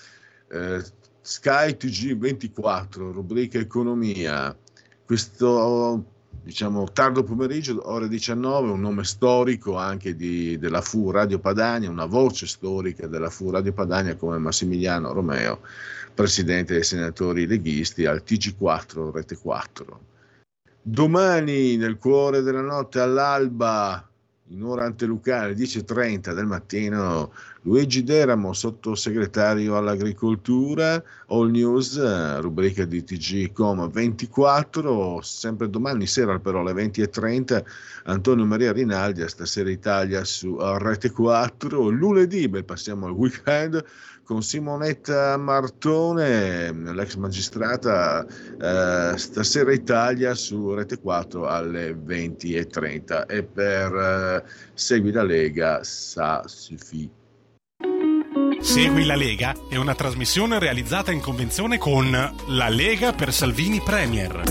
Sky TG24, rubrica Economia, questo tardo pomeriggio, ore 19, un nome storico anche della FU Radio Padania, una voce storica della FU Radio Padania come Massimiliano Romeo, presidente dei senatori leghisti al TG4, Rete 4. Domani, nel cuore della notte, all'alba, in ora antelucana, 10:30 del mattino, Luigi Deramo, sottosegretario all'agricoltura, All News, rubrica di TG Coma 24, sempre domani sera però alle 20:30, Antonio Maria Rinaldi a Stasera Italia su Rete 4, lunedì, passiamo al weekend, con Simonetta Martone, l'ex magistrata, Stasera Italia su Rete 4 alle 20:30, e per Segui la Lega, ça suffit. Segui la Lega è una trasmissione realizzata in convenzione con La Lega per Salvini Premier.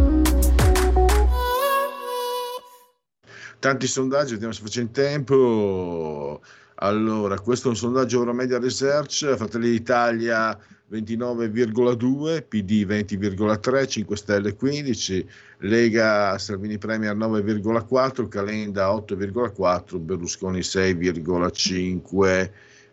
Tanti sondaggi, vediamo se faccio in tempo. Allora, questo è un sondaggio Euromedia Research, Fratelli d'Italia 29,2, PD 20,3, 5 Stelle 15, Lega Salvini Premier 9,4, Calenda 8,4, Berlusconi 6,5.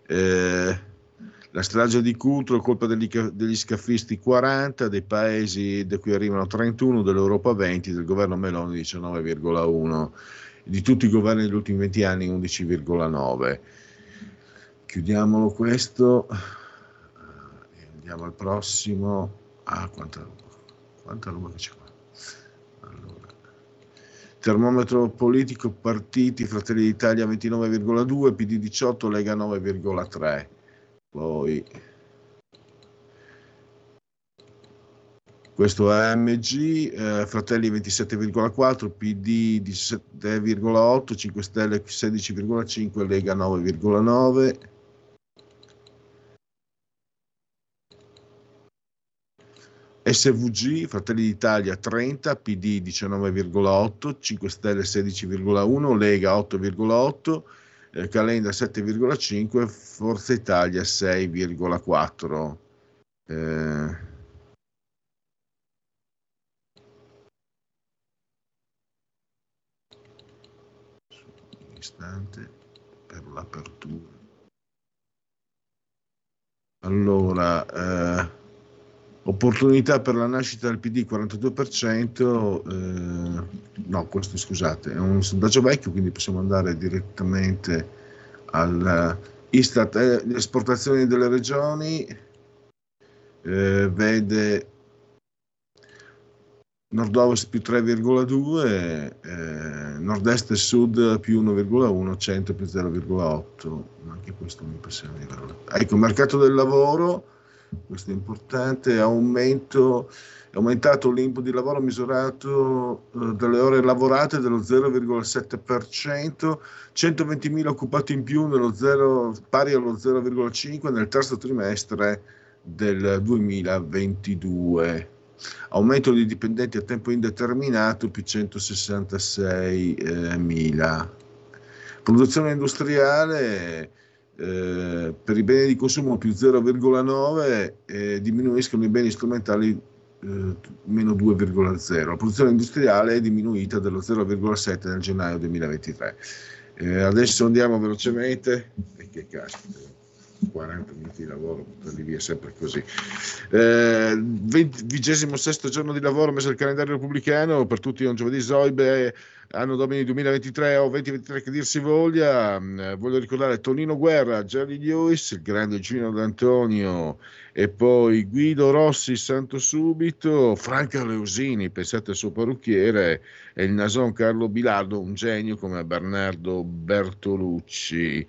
La strage di Cutro, colpa degli scafisti 40, dei paesi da cui arrivano 31, dell'Europa 20, del governo Meloni 19,1, di tutti i governi degli ultimi 20 anni 11,9. Chiudiamolo questo e andiamo al prossimo. Quanta roba che c'è qua. Allora, termometro politico, partiti, Fratelli d'Italia 29,2, PD 18, Lega 9,3. Poi questo è AMG, Fratelli 27,4, PD 17,8, 5 Stelle 16,5, Lega 9,9. SVG, Fratelli d'Italia 30, PD 19,8, 5 Stelle 16,1, Lega 8,8, Calenda 7,5, Forza Italia 6,4. Un istante per l'apertura. Allora, opportunità per la nascita del PD 42%, no, questo scusate, è un sondaggio vecchio, quindi possiamo andare direttamente all'Istat. Le esportazioni delle regioni, vede nord-ovest più 3,2, nord-est e sud più 1,1, centro più 0,8, ma anche questo mi passa di vero. Ecco, mercato del lavoro, questo è importante, è aumentato l'input di lavoro misurato dalle ore lavorate dello 0,7%, 120.000 occupati in più pari allo 0,5% nel terzo trimestre del 2022. Aumento di dipendenti a tempo indeterminato più 166.000. Produzione industriale, per i beni di consumo più 0,9, diminuiscono i beni strumentali meno 2,0. La produzione industriale è diminuita dello 0,7 nel gennaio 2023. Adesso andiamo velocemente. Che caspita. 40 minuti di lavoro, per via sempre così. 26° giorno di lavoro messo al calendario repubblicano, per tutti un giovedì Zoibe, anno domini 2023 o 2023 che dir si voglia. Voglio ricordare Tonino Guerra, Jerry Lewis, il grande Gino D'Antonio e poi Guido Rossi, Santo Subito, Franca Leusini, pensate al suo parrucchiere, e il nason Carlo Bilardo, un genio come Bernardo Bertolucci.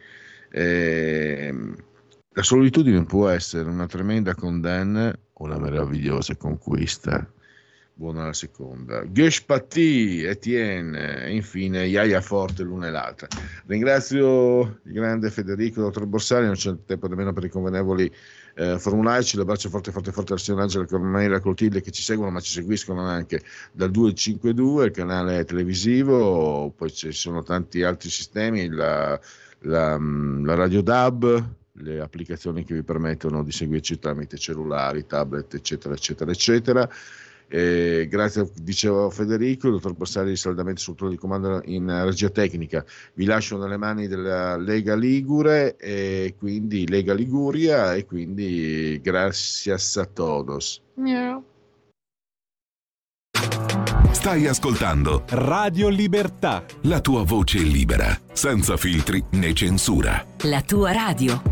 La solitudine può essere una tremenda condanna o una meravigliosa conquista. Buona la seconda. Gush Patti, Etienne e infine Iaia Forte l'una e l'altra. Ringrazio il grande Federico, dottor Borsari, non c'è tempo nemmeno per i convenevoli formularci. L'abbraccio forte al signor Angelo Cormaila Clotilde che ci seguono, ma ci seguiscono anche dal 252, il canale televisivo, poi ci sono tanti altri sistemi, la Radio DAB, le applicazioni che vi permettono di seguirci tramite cellulari, tablet, eccetera, eccetera, eccetera. Grazie, dicevo Federico, il dottor Borsari saldamente sul trono di comando in regia tecnica. Vi lascio nelle mani della Lega Ligure e quindi Lega Liguria, e quindi gracias a todos. Miau. Stai ascoltando Radio Libertà, la tua voce libera, senza filtri né censura. La tua radio.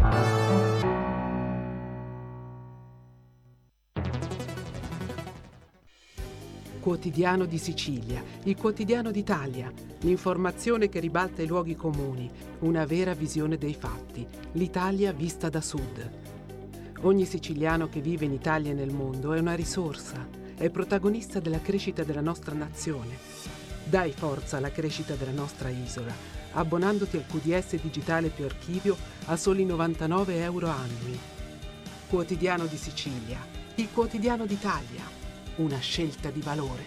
Quotidiano di Sicilia, il quotidiano d'Italia, l'informazione che ribalta i luoghi comuni, una vera visione dei fatti, l'Italia vista da sud. Ogni siciliano che vive in Italia e nel mondo è una risorsa, è protagonista della crescita della nostra nazione. Dai forza alla crescita della nostra isola, abbonandoti al QDS digitale più archivio a soli 99 euro annui. Quotidiano di Sicilia, il quotidiano d'Italia, una scelta di valore.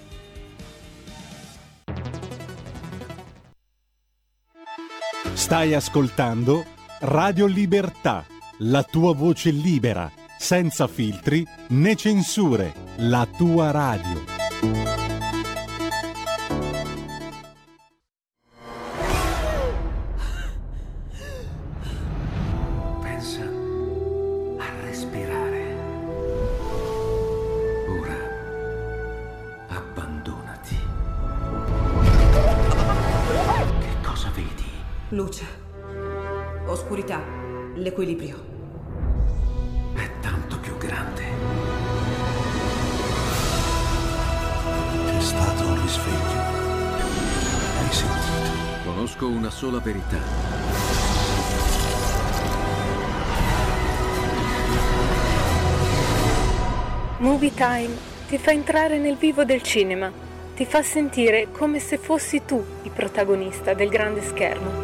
stai ascoltando Radio Libertà, la tua voce libera, senza filtri né censure, la tua radio. Pensa a respirare. Ora abbandonati. Che cosa vedi? Luce, oscurità, l'equilibrio. È tanto più grande. C'è stato un risveglio. Hai sentito? Conosco una sola verità. Movie Time ti fa entrare nel vivo del cinema, ti fa sentire come se fossi tu il protagonista del grande schermo.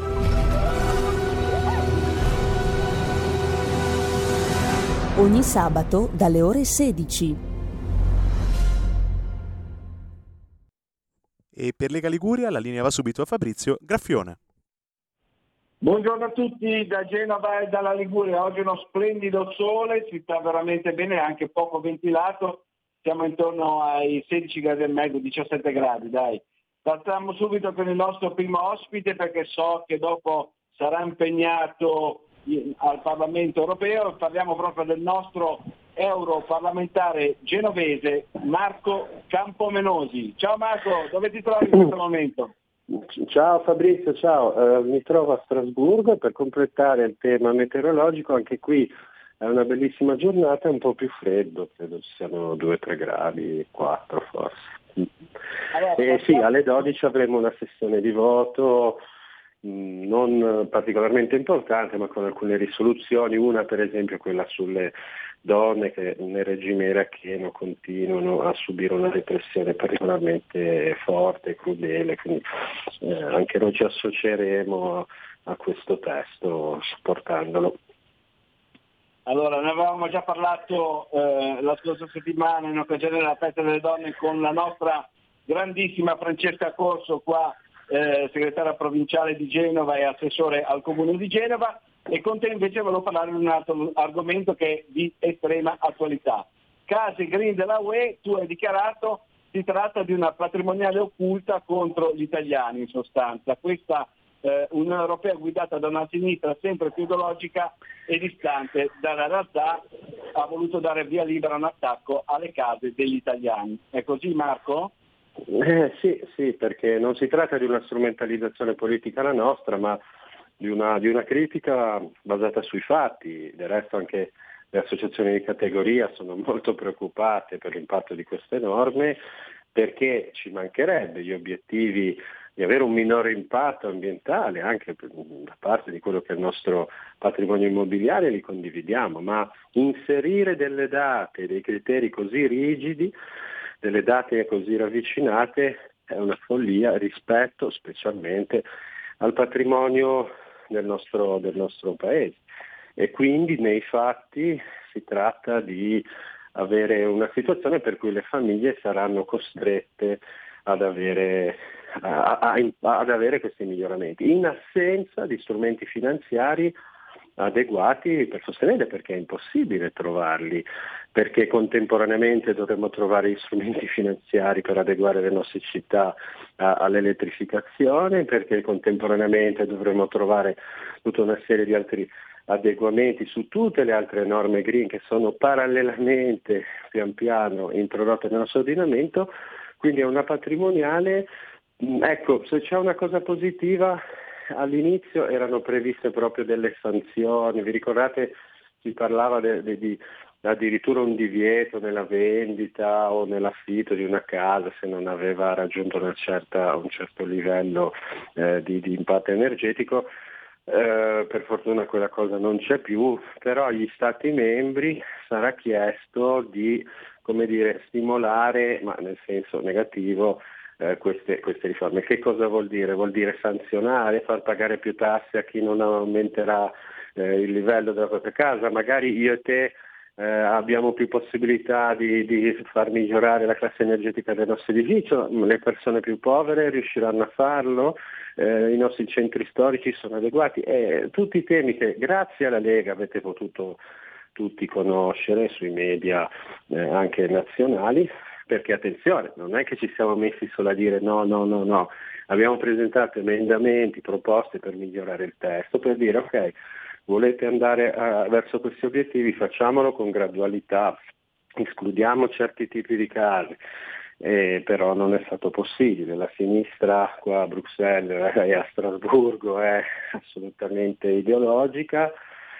Ogni sabato dalle ore 16. E per Lega Liguria la linea va subito a Fabrizio Graffione. Buongiorno a tutti da Genova e dalla Liguria. Oggi uno splendido sole, si sta veramente bene, anche poco ventilato. Siamo intorno ai 16 gradi e mezzo, 17 gradi, dai. Partiamo subito con il nostro primo ospite perché so che dopo sarà impegnato al Parlamento europeo. Parliamo proprio del nostro europarlamentare genovese Marco Campomenosi. Ciao Marco, dove ti trovi in questo momento? Ciao Fabrizio, ciao. Mi trovo a Strasburgo per completare il tema meteorologico. Anche qui è una bellissima giornata, è un po' più freddo, credo ci siano 2-3 gradi, 4 forse. Allora, sì, alle 12 avremo una sessione di voto non particolarmente importante, ma con alcune risoluzioni. Una per esempio quella sulle donne che nel regime iracheno continuano a subire una repressione particolarmente forte e crudele, quindi anche noi ci associeremo a questo testo supportandolo. Allora, ne avevamo già parlato la scorsa settimana in occasione della festa delle donne con la nostra grandissima Francesca Corso qua, segretaria provinciale di Genova e assessore al Comune di Genova, e con te invece volevo parlare di un altro argomento che è di estrema attualità. Case green della UE, tu hai dichiarato, si tratta di una patrimoniale occulta contro gli italiani in sostanza. Questa Unione Europea guidata da una sinistra sempre più ideologica e distante dalla realtà ha voluto dare via libera a un attacco alle case degli italiani. È così, Marco? Sì, perché non si tratta di una strumentalizzazione politica la nostra, ma di una critica basata sui fatti. Del resto anche le associazioni di categoria sono molto preoccupate per l'impatto di queste norme, perché ci mancherebbe gli obiettivi di avere un minore impatto ambientale anche da parte di quello che è il nostro patrimonio immobiliare, li condividiamo, ma inserire delle date, dei criteri così rigidi, delle date così ravvicinate è una follia rispetto specialmente al patrimonio del nostro paese. E quindi nei fatti si tratta di avere una situazione per cui le famiglie saranno costrette ad avere questi miglioramenti, in assenza di strumenti finanziari adeguati per sostenere, perché è impossibile trovarli, perché contemporaneamente dovremmo trovare gli strumenti finanziari per adeguare le nostre città all'elettrificazione, perché contemporaneamente dovremmo trovare tutta una serie di altri adeguamenti su tutte le altre norme green che sono parallelamente pian piano introdotte nel nostro ordinamento. Quindi è una patrimoniale. Ecco, se c'è una cosa positiva, all'inizio erano previste proprio delle sanzioni, vi ricordate si parlava di addirittura un divieto nella vendita o nell'affitto di una casa se non aveva raggiunto un certo livello di impatto energetico. Per fortuna quella cosa non c'è più, però agli Stati membri sarà chiesto di, stimolare, ma nel senso negativo, queste riforme. Che cosa vuol dire? Vuol dire sanzionare, far pagare più tasse a chi non aumenterà il livello della propria casa. Magari io e te abbiamo più possibilità di far migliorare la classe energetica del nostro edificio, le persone più povere riusciranno a farlo, i nostri centri storici sono adeguati. Tutti i temi che grazie alla Lega avete potuto tutti conoscere sui media anche nazionali, perché attenzione, non è che ci siamo messi solo a dire no, abbiamo presentato emendamenti, proposte per migliorare il testo, per dire ok, volete andare verso questi obiettivi, facciamolo con gradualità, escludiamo certi tipi di case, però non è stato possibile. La sinistra qua a Bruxelles e a Strasburgo è assolutamente ideologica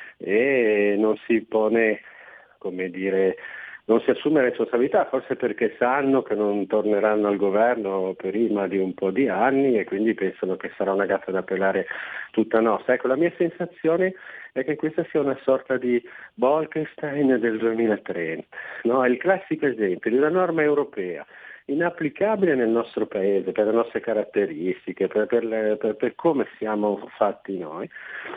e non si pone, non si assume responsabilità, forse perché sanno che non torneranno al governo prima di un po' di anni e quindi pensano che sarà una gatta da pelare tutta nostra. Ecco, la mia sensazione è che questa sia una sorta di Bolkestein del 2030, no? È il classico esempio di una norma europea inapplicabile nel nostro paese per le nostre caratteristiche, per come siamo fatti noi,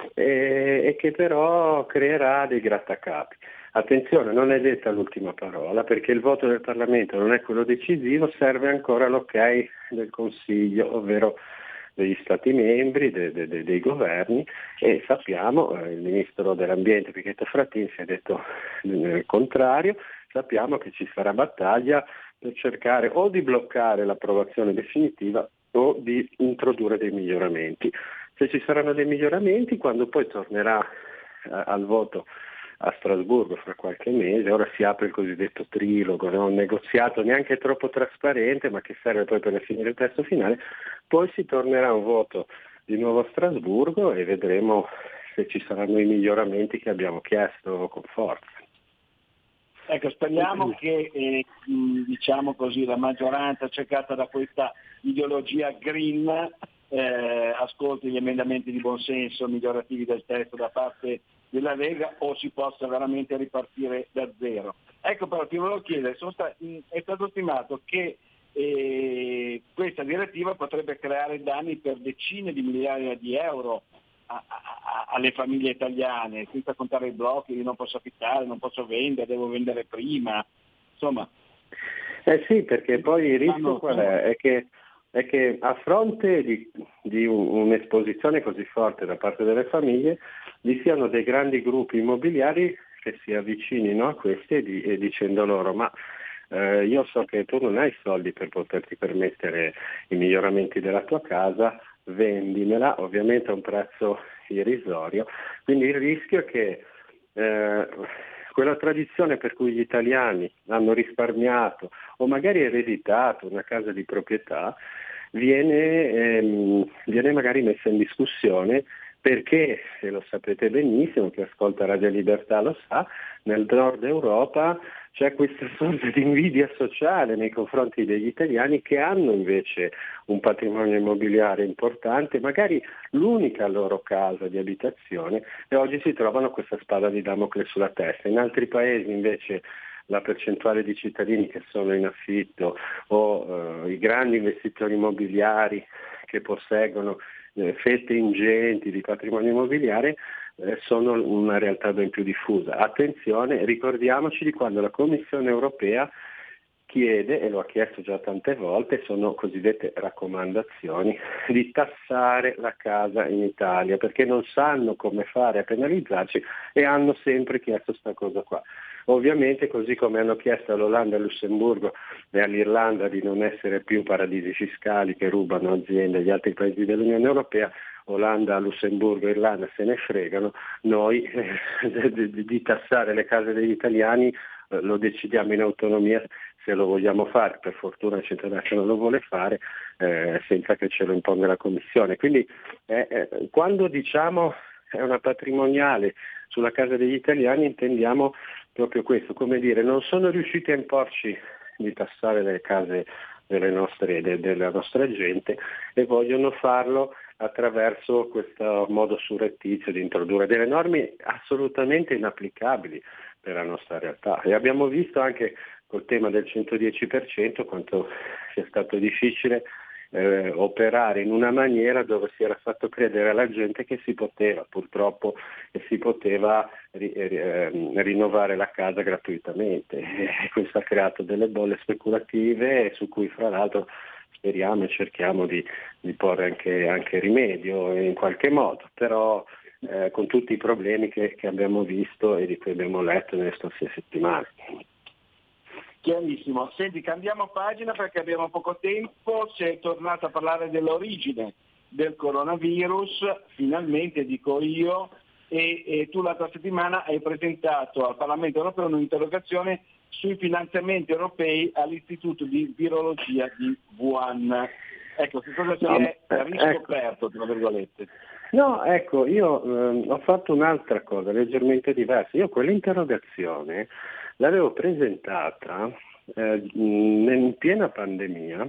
e che però creerà dei grattacapi. Attenzione, non è detta l'ultima parola, perché il voto del Parlamento non è quello decisivo, serve ancora l'ok del Consiglio, ovvero degli Stati membri, dei governi, e sappiamo, il Ministro dell'Ambiente Pichetto Fratin si è detto il contrario, sappiamo che ci sarà battaglia per cercare o di bloccare l'approvazione definitiva o di introdurre dei miglioramenti. Se ci saranno dei miglioramenti, quando poi tornerà al voto a Strasburgo fra qualche mese, ora si apre il cosiddetto trilogo, un negoziato neanche troppo trasparente ma che serve poi per definire il testo finale, poi si tornerà a un voto di nuovo a Strasburgo e vedremo se ci saranno i miglioramenti che abbiamo chiesto con forza. Ecco, speriamo che la maggioranza cercata da questa ideologia green ascolti gli emendamenti di buonsenso migliorativi del testo da parte della Lega o si possa veramente ripartire da zero. Ecco, però ti volevo chiedere, è stato stimato che questa direttiva potrebbe creare danni per decine di migliaia di euro alle famiglie italiane, senza contare i blocchi, non posso affittare, non posso vendere, devo vendere prima, insomma. Sì, perché poi il rischio qual è? È che a fronte di un'esposizione così forte da parte delle famiglie vi siano dei grandi gruppi immobiliari che si avvicinino a questi e dicendo loro ma io so che tu non hai soldi per poterti permettere i miglioramenti della tua casa, vendimela, ovviamente a un prezzo irrisorio, quindi il rischio è che quella tradizione per cui gli italiani hanno risparmiato o magari ereditato una casa di proprietà viene magari messa in discussione, perché, se lo sapete benissimo, chi ascolta Radio Libertà lo sa, nel nord Europa c'è questa sorta di invidia sociale nei confronti degli italiani che hanno invece un patrimonio immobiliare importante, magari l'unica loro casa di abitazione, e oggi si trovano questa spada di Damocle sulla testa. In altri paesi invece la percentuale di cittadini che sono in affitto o i grandi investitori immobiliari che posseggono fette ingenti di patrimonio immobiliare sono una realtà ben più diffusa. Attenzione, ricordiamoci di quando la Commissione europea chiede, e lo ha chiesto già tante volte, sono cosiddette raccomandazioni, di tassare la casa in Italia, perché non sanno come fare a penalizzarci e hanno sempre chiesto questa cosa qua. Ovviamente, così come hanno chiesto all'Olanda, al Lussemburgo e all'Irlanda di non essere più paradisi fiscali che rubano aziende agli altri paesi dell'Unione Europea, Olanda, Lussemburgo e Irlanda se ne fregano, noi di tassare le case degli italiani lo decidiamo in autonomia se lo vogliamo fare. Per fortuna il Centro lo vuole fare senza che ce lo imponga la Commissione. Quindi quando diciamo è una patrimoniale sulla casa degli italiani intendiamo proprio questo, come dire, non sono riusciti a imporci di tassare le case della nostra gente e vogliono farlo attraverso questo modo surrettizio di introdurre delle norme assolutamente inapplicabili per la nostra realtà. E abbiamo visto anche col tema del 110% quanto sia stato difficile operare in una maniera dove si era fatto credere alla gente che si poteva, purtroppo, rinnovare la casa gratuitamente, e questo ha creato delle bolle speculative su cui fra l'altro speriamo e cerchiamo di porre anche rimedio in qualche modo, però con tutti i problemi che abbiamo visto e di cui abbiamo letto nelle scorse settimane. Chiarissimo. Senti, cambiamo pagina perché abbiamo poco tempo. Si è tornato a parlare dell'origine del coronavirus, finalmente dico io, e tu l'altra settimana hai presentato al Parlamento europeo un'interrogazione sui finanziamenti europei all'Istituto di Virologia di Wuhan. Ecco, che cosa si è riscoperto, tra virgolette? No, ecco, io ho fatto un'altra cosa leggermente diversa. Io quell'interrogazione l'avevo presentata in piena pandemia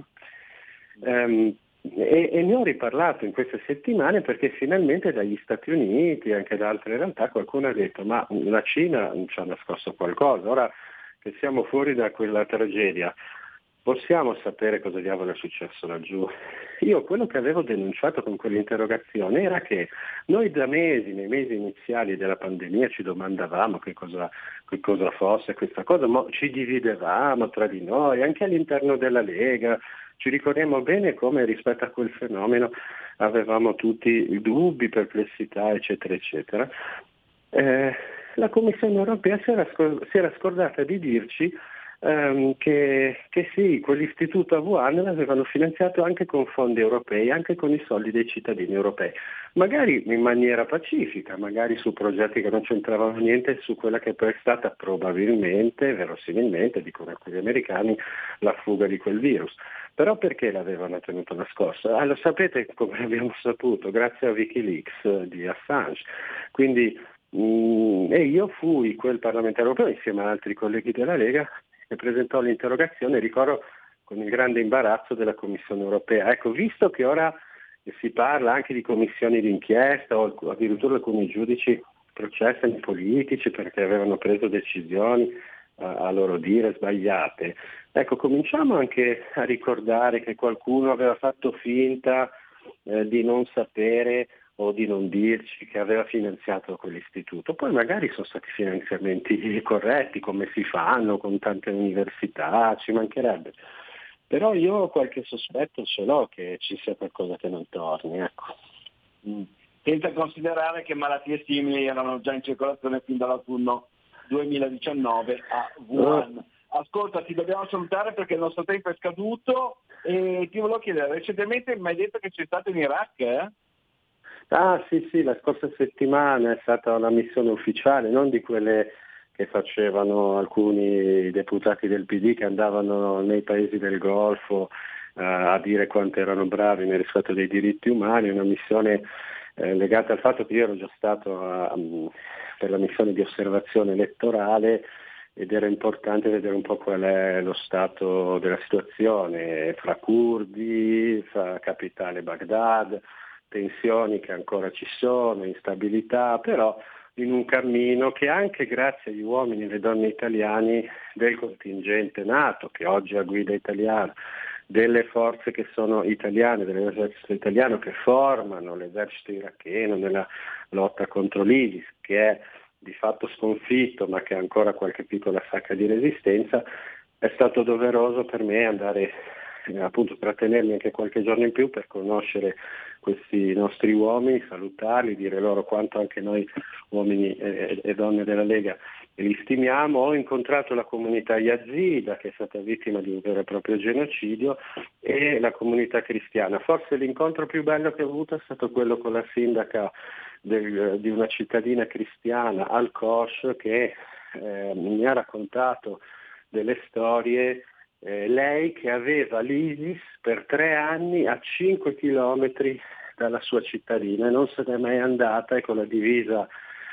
e ne ho riparlato in queste settimane perché finalmente dagli Stati Uniti e anche da altre realtà qualcuno ha detto ma la Cina ci ha nascosto qualcosa, ora che siamo fuori da quella tragedia possiamo sapere cosa diavolo è successo laggiù. Io quello che avevo denunciato con quell'interrogazione era che noi da mesi, nei mesi iniziali della pandemia, ci domandavamo che cosa fosse questa cosa, ma ci dividevamo tra di noi, anche all'interno della Lega. Ci ricordiamo bene come rispetto a quel fenomeno avevamo tutti dubbi, perplessità, eccetera, eccetera. La Commissione europea si era scordata di dirci che sì, quell'istituto a Wuhan l'avevano finanziato anche con fondi europei, anche con i soldi dei cittadini europei, magari in maniera pacifica, magari su progetti che non c'entravano niente su quella che poi è stata probabilmente, verosimilmente, dicono alcuni americani, la fuga di quel virus. Però perché l'avevano tenuto nascosto? Lo sapete come abbiamo saputo, grazie a Wikileaks di Assange. Quindi e io fui quel parlamentare europeo insieme ad altri colleghi della Lega che presentò l'interrogazione, ricordo, con il grande imbarazzo della Commissione europea. Ecco, visto che ora si parla anche di commissioni d'inchiesta o addirittura alcuni giudici processano i politici perché avevano preso decisioni a loro dire sbagliate, ecco, cominciamo anche a ricordare che qualcuno aveva fatto finta di non sapere o di non dirci che aveva finanziato quell'istituto. Poi magari sono stati finanziamenti corretti, come si fanno con tante università, ci mancherebbe. Però io qualche sospetto ce l'ho che ci sia qualcosa che non torni, ecco. Senza considerare che malattie simili erano già in circolazione fin dall'autunno 2019 a Wuhan. ascolta, ti dobbiamo salutare perché il nostro tempo è scaduto e ti volevo chiedere, recentemente mi hai detto che sei stato in Iraq, eh? Ah sì, la scorsa settimana è stata una missione ufficiale, non di quelle che facevano alcuni deputati del PD che andavano nei paesi del Golfo a dire quanto erano bravi nel rispetto dei diritti umani, una missione legata al fatto che io ero già stato per la missione di osservazione elettorale ed era importante vedere un po' qual è lo stato della situazione fra curdi, fra capitale Baghdad, tensioni che ancora ci sono, instabilità, però in un cammino che anche grazie agli uomini e alle donne italiani del contingente NATO, che oggi ha guida italiana, delle forze che sono italiane, dell'esercito italiano che formano l'esercito iracheno nella lotta contro l'ISIS, che è di fatto sconfitto ma che ha ancora qualche piccola sacca di resistenza, è stato doveroso per me andare appunto trattenermi anche qualche giorno in più per conoscere questi nostri uomini, salutarli, dire loro quanto anche noi uomini e donne della Lega li stimiamo. Ho incontrato la comunità yazida che è stata vittima di un vero e proprio genocidio e la comunità cristiana. Forse l'incontro più bello che ho avuto è stato quello con la sindaca di una cittadina cristiana, Al-Kosh, che mi ha raccontato delle storie. Lei che aveva l'ISIS per 3 anni a 5 chilometri dalla sua cittadina e non se n'è mai andata, e con la divisa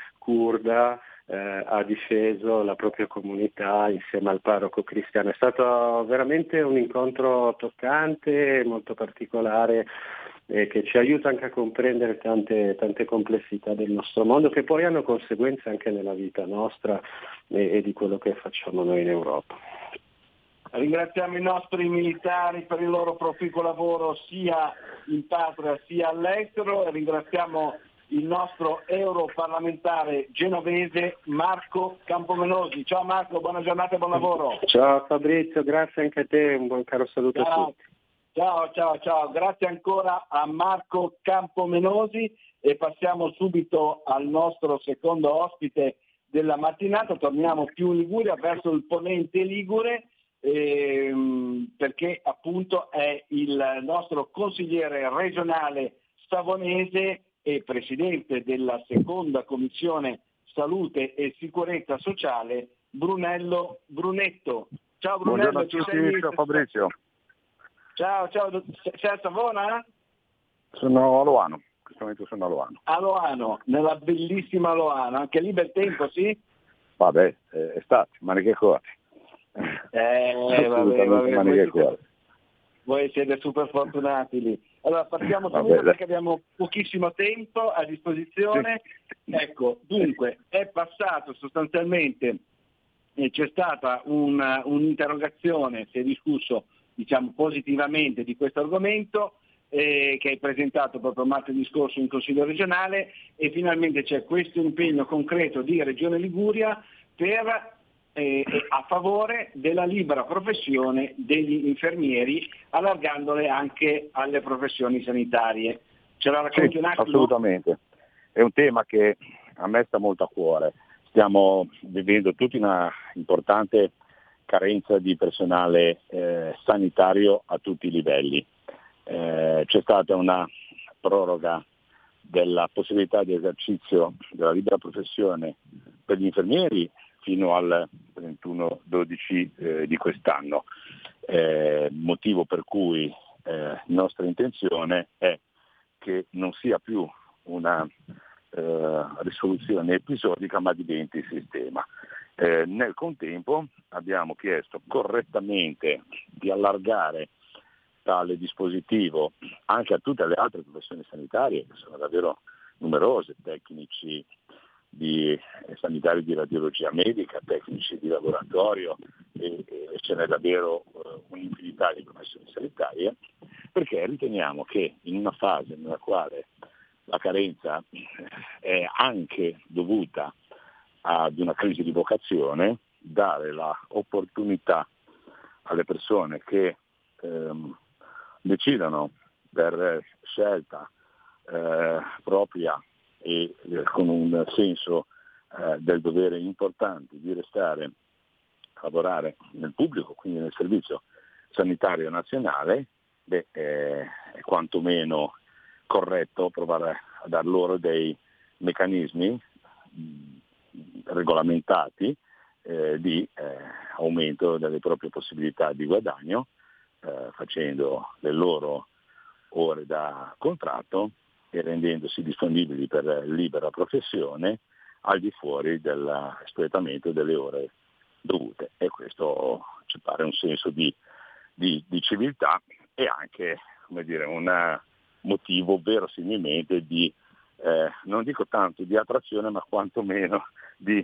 curda ha difeso la propria comunità insieme al parroco cristiano. È stato veramente un incontro toccante, molto particolare, che ci aiuta anche a comprendere tante complessità del nostro mondo, che poi hanno conseguenze anche nella vita nostra e di quello che facciamo noi in Europa. Ringraziamo i nostri militari per il loro proficuo lavoro sia in patria sia all'estero e ringraziamo il nostro europarlamentare genovese Marco Campomenosi. Ciao Marco, buona giornata e buon lavoro. Ciao Fabrizio, grazie anche a te, un buon caro saluto a tutti. Ciao, grazie ancora a Marco Campomenosi e passiamo subito al nostro secondo ospite della mattinata. Torniamo più in Liguria, verso il ponente ligure, perché appunto è il nostro consigliere regionale savonese e presidente della seconda commissione salute e sicurezza sociale, Brunello Brunetto. Ciao Brunello. Buongiorno a tutti, ciao Fabrizio. Ciao, sei a Savona? Sono a Loano, in questo momento sono a Loano. A Loano, nella bellissima Loano, anche lì bel tempo, sì? Vabbè, estate, maniche corte. Vabbè, voi siete super fortunati lì. Allora partiamo subito perché abbiamo pochissimo tempo a disposizione. Sì. Ecco, dunque, è passato sostanzialmente, c'è stata un'interrogazione, si è discusso diciamo positivamente di questo argomento che hai presentato proprio martedì scorso in Consiglio regionale e finalmente c'è questo impegno concreto di Regione Liguria per a favore della libera professione degli infermieri, allargandole anche alle professioni sanitarie. Ce la racconti un attimo? Assolutamente, è un tema che a me sta molto a cuore. Stiamo vivendo tutti una importante carenza di personale sanitario a tutti i livelli. C'è stata una proroga della possibilità di esercizio della libera professione per gli infermieri fino al 31/12 di quest'anno, motivo per cui nostra intenzione è che non sia più una risoluzione episodica ma diventi sistema. Nel contempo abbiamo chiesto correttamente di allargare tale dispositivo anche a tutte le altre professioni sanitarie che sono davvero numerose, tecnici sanitari di radiologia medica, tecnici di laboratorio e ce n'è davvero un'infinità di professioni sanitarie, perché riteniamo che in una fase nella quale la carenza è anche dovuta ad una crisi di vocazione, dare l'opportunità alle persone che decidano per scelta propria e con un senso del dovere importante di restare lavorare nel pubblico, quindi nel servizio sanitario nazionale, è quantomeno corretto provare a dar loro dei meccanismi regolamentati di aumento delle proprie possibilità di guadagno, facendo le loro ore da contratto e rendendosi disponibili per libera professione al di fuori dell'espletamento delle ore dovute. E questo ci pare un senso di civiltà e anche, come dire, un motivo verosimilmente di non dico tanto di attrazione, ma quantomeno di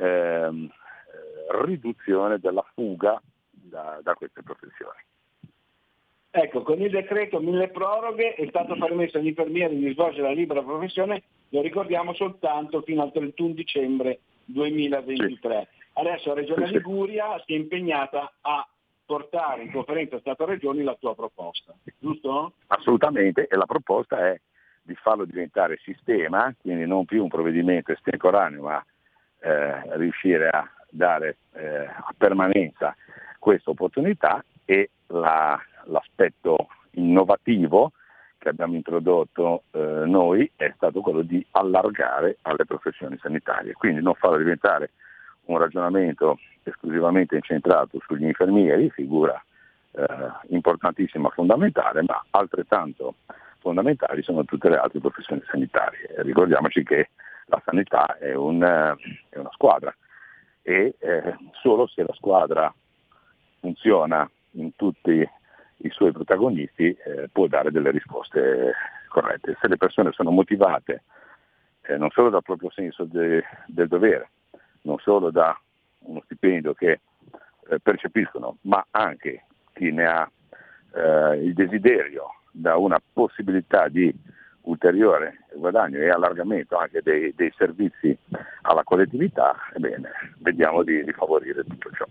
riduzione della fuga da queste professioni. Ecco, con il decreto mille proroghe è stato permesso agli infermieri di svolgere la libera professione, lo ricordiamo, soltanto fino al 31 dicembre 2023. Sì. Adesso la Regione Liguria si è impegnata a portare in conferenza Stato-Regioni la tua proposta, giusto? Assolutamente, e la proposta è di farlo diventare sistema, quindi non più un provvedimento estemporaneo, ma riuscire a dare a permanenza questa opportunità. E l'aspetto innovativo che abbiamo introdotto noi è stato quello di allargare alle professioni sanitarie, quindi non farlo diventare un ragionamento esclusivamente incentrato sugli infermieri, figura importantissima, fondamentale, ma altrettanto fondamentali sono tutte le altre professioni sanitarie. Ricordiamoci che la sanità è una squadra e solo se la squadra funziona in tutti i suoi protagonisti può dare delle risposte corrette. Se le persone sono motivate non solo dal proprio senso del dovere, non solo da uno stipendio che percepiscono, ma anche chi ne ha il desiderio da una possibilità di ulteriore guadagno e allargamento anche dei servizi alla collettività, ebbene, vediamo di favorire tutto ciò.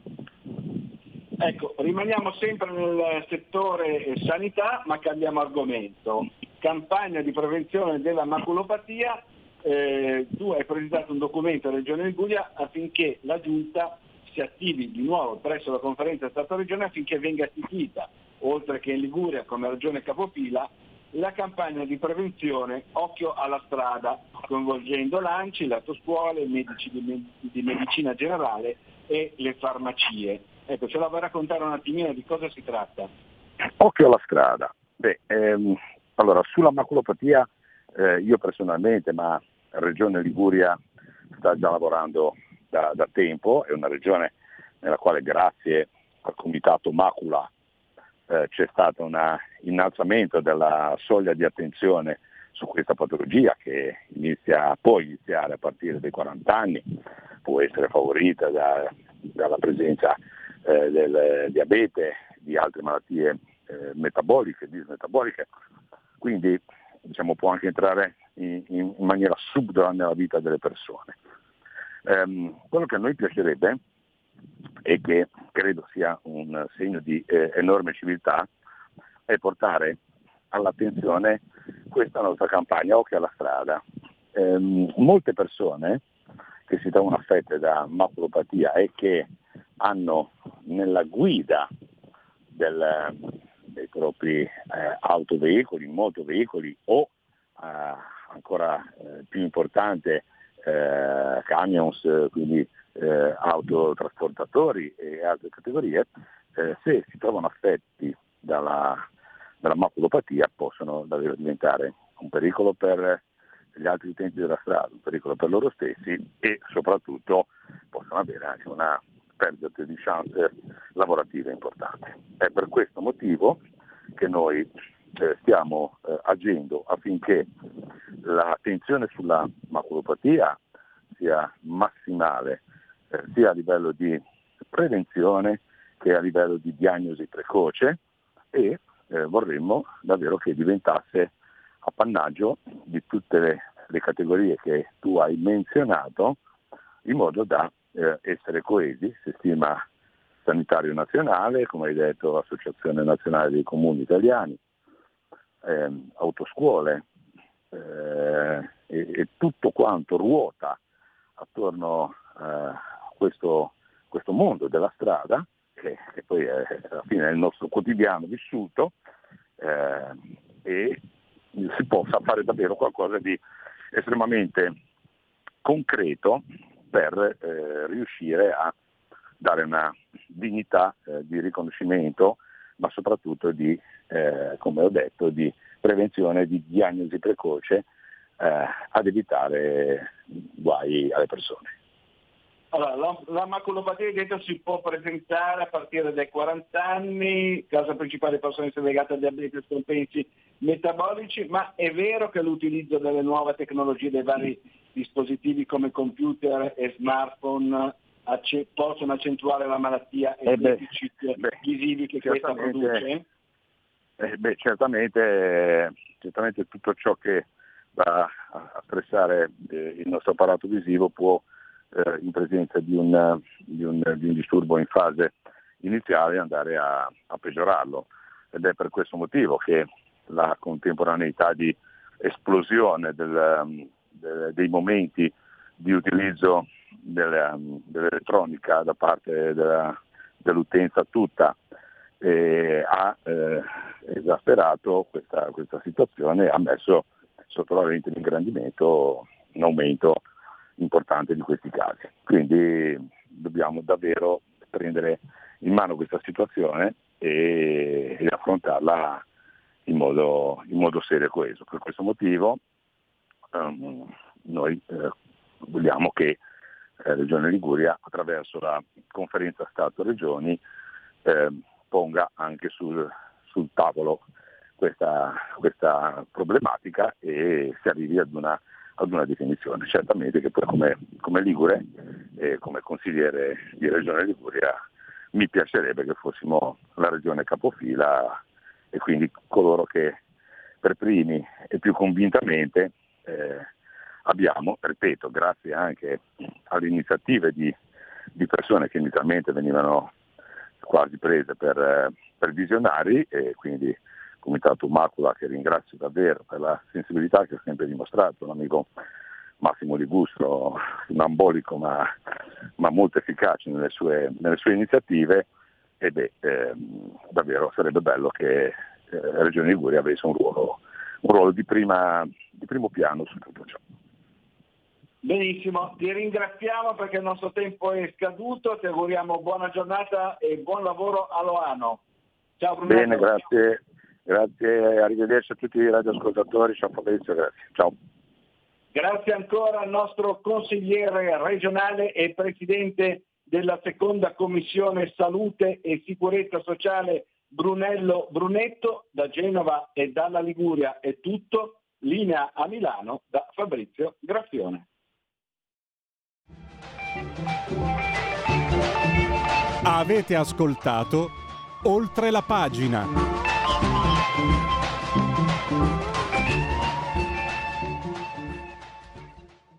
Ecco, rimaniamo sempre nel settore sanità, ma cambiamo argomento. Campagna di prevenzione della maculopatia. Tu hai presentato un documento alla Regione Liguria affinché la Giunta si attivi di nuovo presso la conferenza Stato-Regione affinché venga istituita, oltre che in Liguria come regione capofila, la campagna di prevenzione Occhio alla strada, coinvolgendo l'ANCI, le autoscuole, i medici di medicina generale e le farmacie. Ecco, ce la vuoi raccontare un attimino di cosa si tratta? Occhio alla strada. Allora, sulla maculopatia io personalmente, ma la Regione Liguria sta già lavorando da tempo, è una regione nella quale grazie al Comitato Macula c'è stato un innalzamento della soglia di attenzione su questa patologia che può iniziare a partire dai 40 anni, può essere favorita dalla presenza del diabete, di altre malattie metaboliche, dismetaboliche, quindi diciamo può anche entrare in maniera subdola nella vita delle persone. Quello che a noi piacerebbe e che credo sia un segno di enorme civiltà è portare all'attenzione questa nostra campagna Occhio alla strada. Molte persone che si trovano affette da maculopatia e che hanno nella guida dei propri autoveicoli, motoveicoli o ancora più importante camions, quindi autotrasportatori e altre categorie, se si trovano affetti dalla maculopatia possono davvero diventare un pericolo per gli altri utenti della strada, un pericolo per loro stessi e soprattutto possono avere anche una perdita di chance lavorative importante. È per questo motivo che noi stiamo agendo affinché l'attenzione sulla maculopatia sia massimale, sia a livello di prevenzione che a livello di diagnosi precoce e vorremmo davvero che diventasse appannaggio di tutte le categorie che tu hai menzionato, in modo da essere coesi, Sistema Sanitario Nazionale, come hai detto Associazione Nazionale dei Comuni Italiani, autoscuole e tutto quanto ruota attorno a questo questo mondo della strada, che poi è alla fine è il nostro quotidiano vissuto, e si possa fare davvero qualcosa di estremamente concreto per riuscire a dare una dignità di riconoscimento, ma soprattutto di, come ho detto, di prevenzione, di diagnosi precoce, ad evitare guai alle persone. Allora, la maculopatia si può presentare a partire dai 40 anni, causa principale possono essere legate a diabete e scompensi metabolici, ma è vero che l'utilizzo delle nuove tecnologie, dei vari dispositivi come computer e smartphone possono accentuare la malattia e i deficit visivi che questa produce? Certamente tutto ciò che va a stressare il nostro apparato visivo può, in presenza di un disturbo in fase iniziale, andare a peggiorarlo, ed è per questo motivo che la contemporaneità di esplosione dei momenti di utilizzo dell'elettronica da parte dell'utenza tutta ha esasperato questa situazione e ha messo sotto la lente di ingrandimento un aumento importante di questi casi. Quindi dobbiamo davvero prendere in mano questa situazione e affrontarla in modo serio e coeso. Per questo motivo noi vogliamo che Regione Liguria, attraverso la conferenza Stato-Regioni, ponga anche sul tavolo questa problematica e si arrivi ad una definizione. Certamente che poi come Ligure e come consigliere di Regione Liguria mi piacerebbe che fossimo la regione capofila e quindi coloro che per primi e più convintamente abbiamo, ripeto, grazie anche alle iniziative di persone che inizialmente venivano quasi prese per visionari, e quindi Comitato Macula, che ringrazio davvero per la sensibilità che ha sempre dimostrato, l'amico Massimo Ligusto, un ambolico ma molto efficace nelle sue iniziative, e davvero sarebbe bello che la Regione Liguria avesse un ruolo di primo piano su tutto ciò. Benissimo, ti ringraziamo perché il nostro tempo è scaduto, ti auguriamo buona giornata e buon lavoro a Loano. Ciao Brunello. Bene, grazie, arrivederci a tutti i radioascoltatori, ciao Fabrizio, grazie, ciao. Grazie ancora al nostro consigliere regionale e presidente della seconda commissione salute e sicurezza sociale Brunello Brunetto. Da Genova e dalla Liguria è tutto, linea a Milano da Fabrizio Graffione. Avete ascoltato Oltre la pagina.